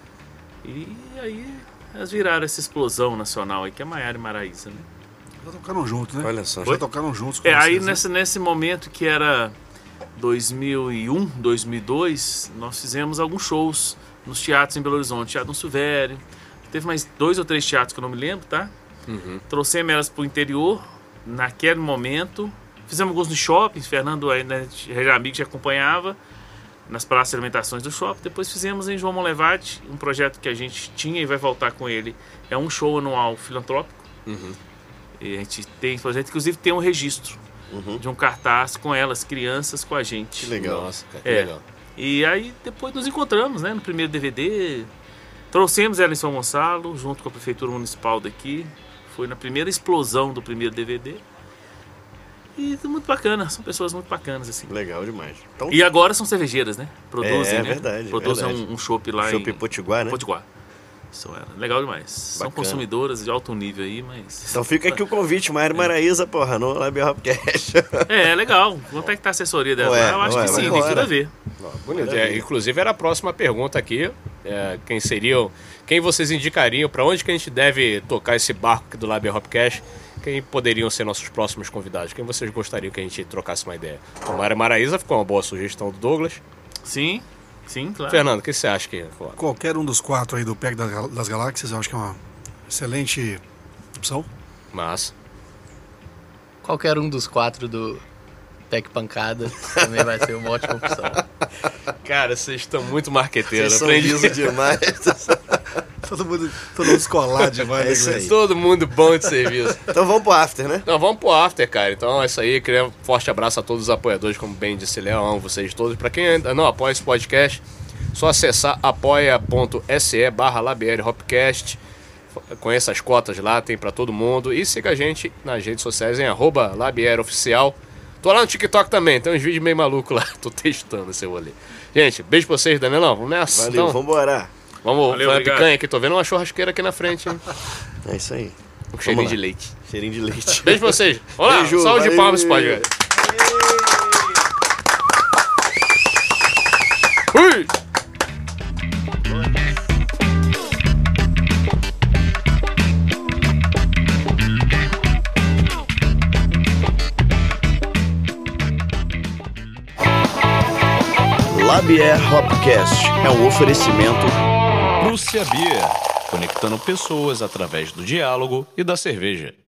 E aí elas viraram essa explosão nacional aí, que é a Maiara e Maraísa, né? Já tocaram juntos, né? Olha só. Já tocaram juntos com É, vocês, aí né? nesse, nesse momento que era dois mil e um, dois mil e dois, nós fizemos alguns shows nos teatros em Belo Horizonte, Teatro Dom Silvério. Teve mais dois ou três teatros que eu não me lembro, tá? Uhum. Trouxemos elas pro interior, naquele momento. Fizemos alguns no shopping, Fernando ainda era amigo que acompanhava, nas praças de alimentações do shopping. Depois fizemos em João Monlevade, um projeto que a gente tinha e vai voltar com ele. É um show anual filantrópico. Uhum. E a gente tem, projeto, inclusive tem um registro uhum. de um cartaz com elas, crianças, com a gente. Que legal. Nossa, cara, que É. legal. E aí depois nos encontramos, né, no primeiro D V D. Trouxemos ela em São Gonçalo, junto com a Prefeitura Municipal daqui. Foi na primeira explosão do primeiro D V D. E muito bacana, são pessoas muito bacanas, assim. Legal demais. Então, E agora são cervejeiras, né? Produzem, É, né? verdade, Produzem verdade. um, um chopp lá Chopp em Potiguar, né? Potiguar. Isso é legal demais. São Bacana. consumidoras de alto nível aí, mas... então fica aqui o convite, Maiara e Maraísa, porra, no Labier Hopcast. É, é legal. Quanto é que tá a assessoria dela? Ué, Eu acho ué, que sim, vai tem embora. tudo a ver. Ó, bonito. É, inclusive era a próxima pergunta aqui. É, quem seriam, quem vocês indicariam, para onde que a gente deve tocar esse barco aqui do Labier Hopcast? Quem poderiam ser nossos próximos convidados? Quem vocês gostariam que a gente trocasse uma ideia? A Maiara e Maraísa ficou uma boa sugestão do Douglas. Sim, sim, claro. Fernando, o que você acha que é? Qualquer um dos quatro aí do P E C das, Gal- das Galáxias, eu acho que é uma excelente opção. Massa. Qualquer um dos quatro do Tec Pancada também vai ser uma ótima opção. Cara, vocês estão muito marqueteiros. Vocês são Aprendi. liso demais. Todo mundo, todo mundo escolado demais. É isso aí. Todo mundo bom de serviço. Então vamos pro after, né? Então vamos pro after, cara. Então é isso aí. Queria um forte abraço a todos os apoiadores, como bem disse Léo, amo vocês todos. Pra quem ainda não apoia esse podcast, só acessar apoia.se barra Labieri Hopcast. Conheça as cotas lá, tem pra todo mundo. E siga a gente nas redes sociais em arroba Labieri Oficial. Tô lá no TikTok também, tem uns vídeos meio malucos lá. Tô testando esse rolê. Gente, beijo pra vocês, Danilão. Vamos nessa? Valeu, então, vambora. Vamos Valeu, fazer obrigado. picanha aqui. Tô vendo uma churrasqueira aqui na frente, hein? É isso aí. Um cheirinho lá. de leite. Cheirinho de leite. Beijo pra vocês. Vamos lá, Beijo, salve de valeu. palmas, pode, galera. Ui! Labier Hopcast é um oferecimento Prússia Beer, conectando pessoas através do diálogo e da cerveja.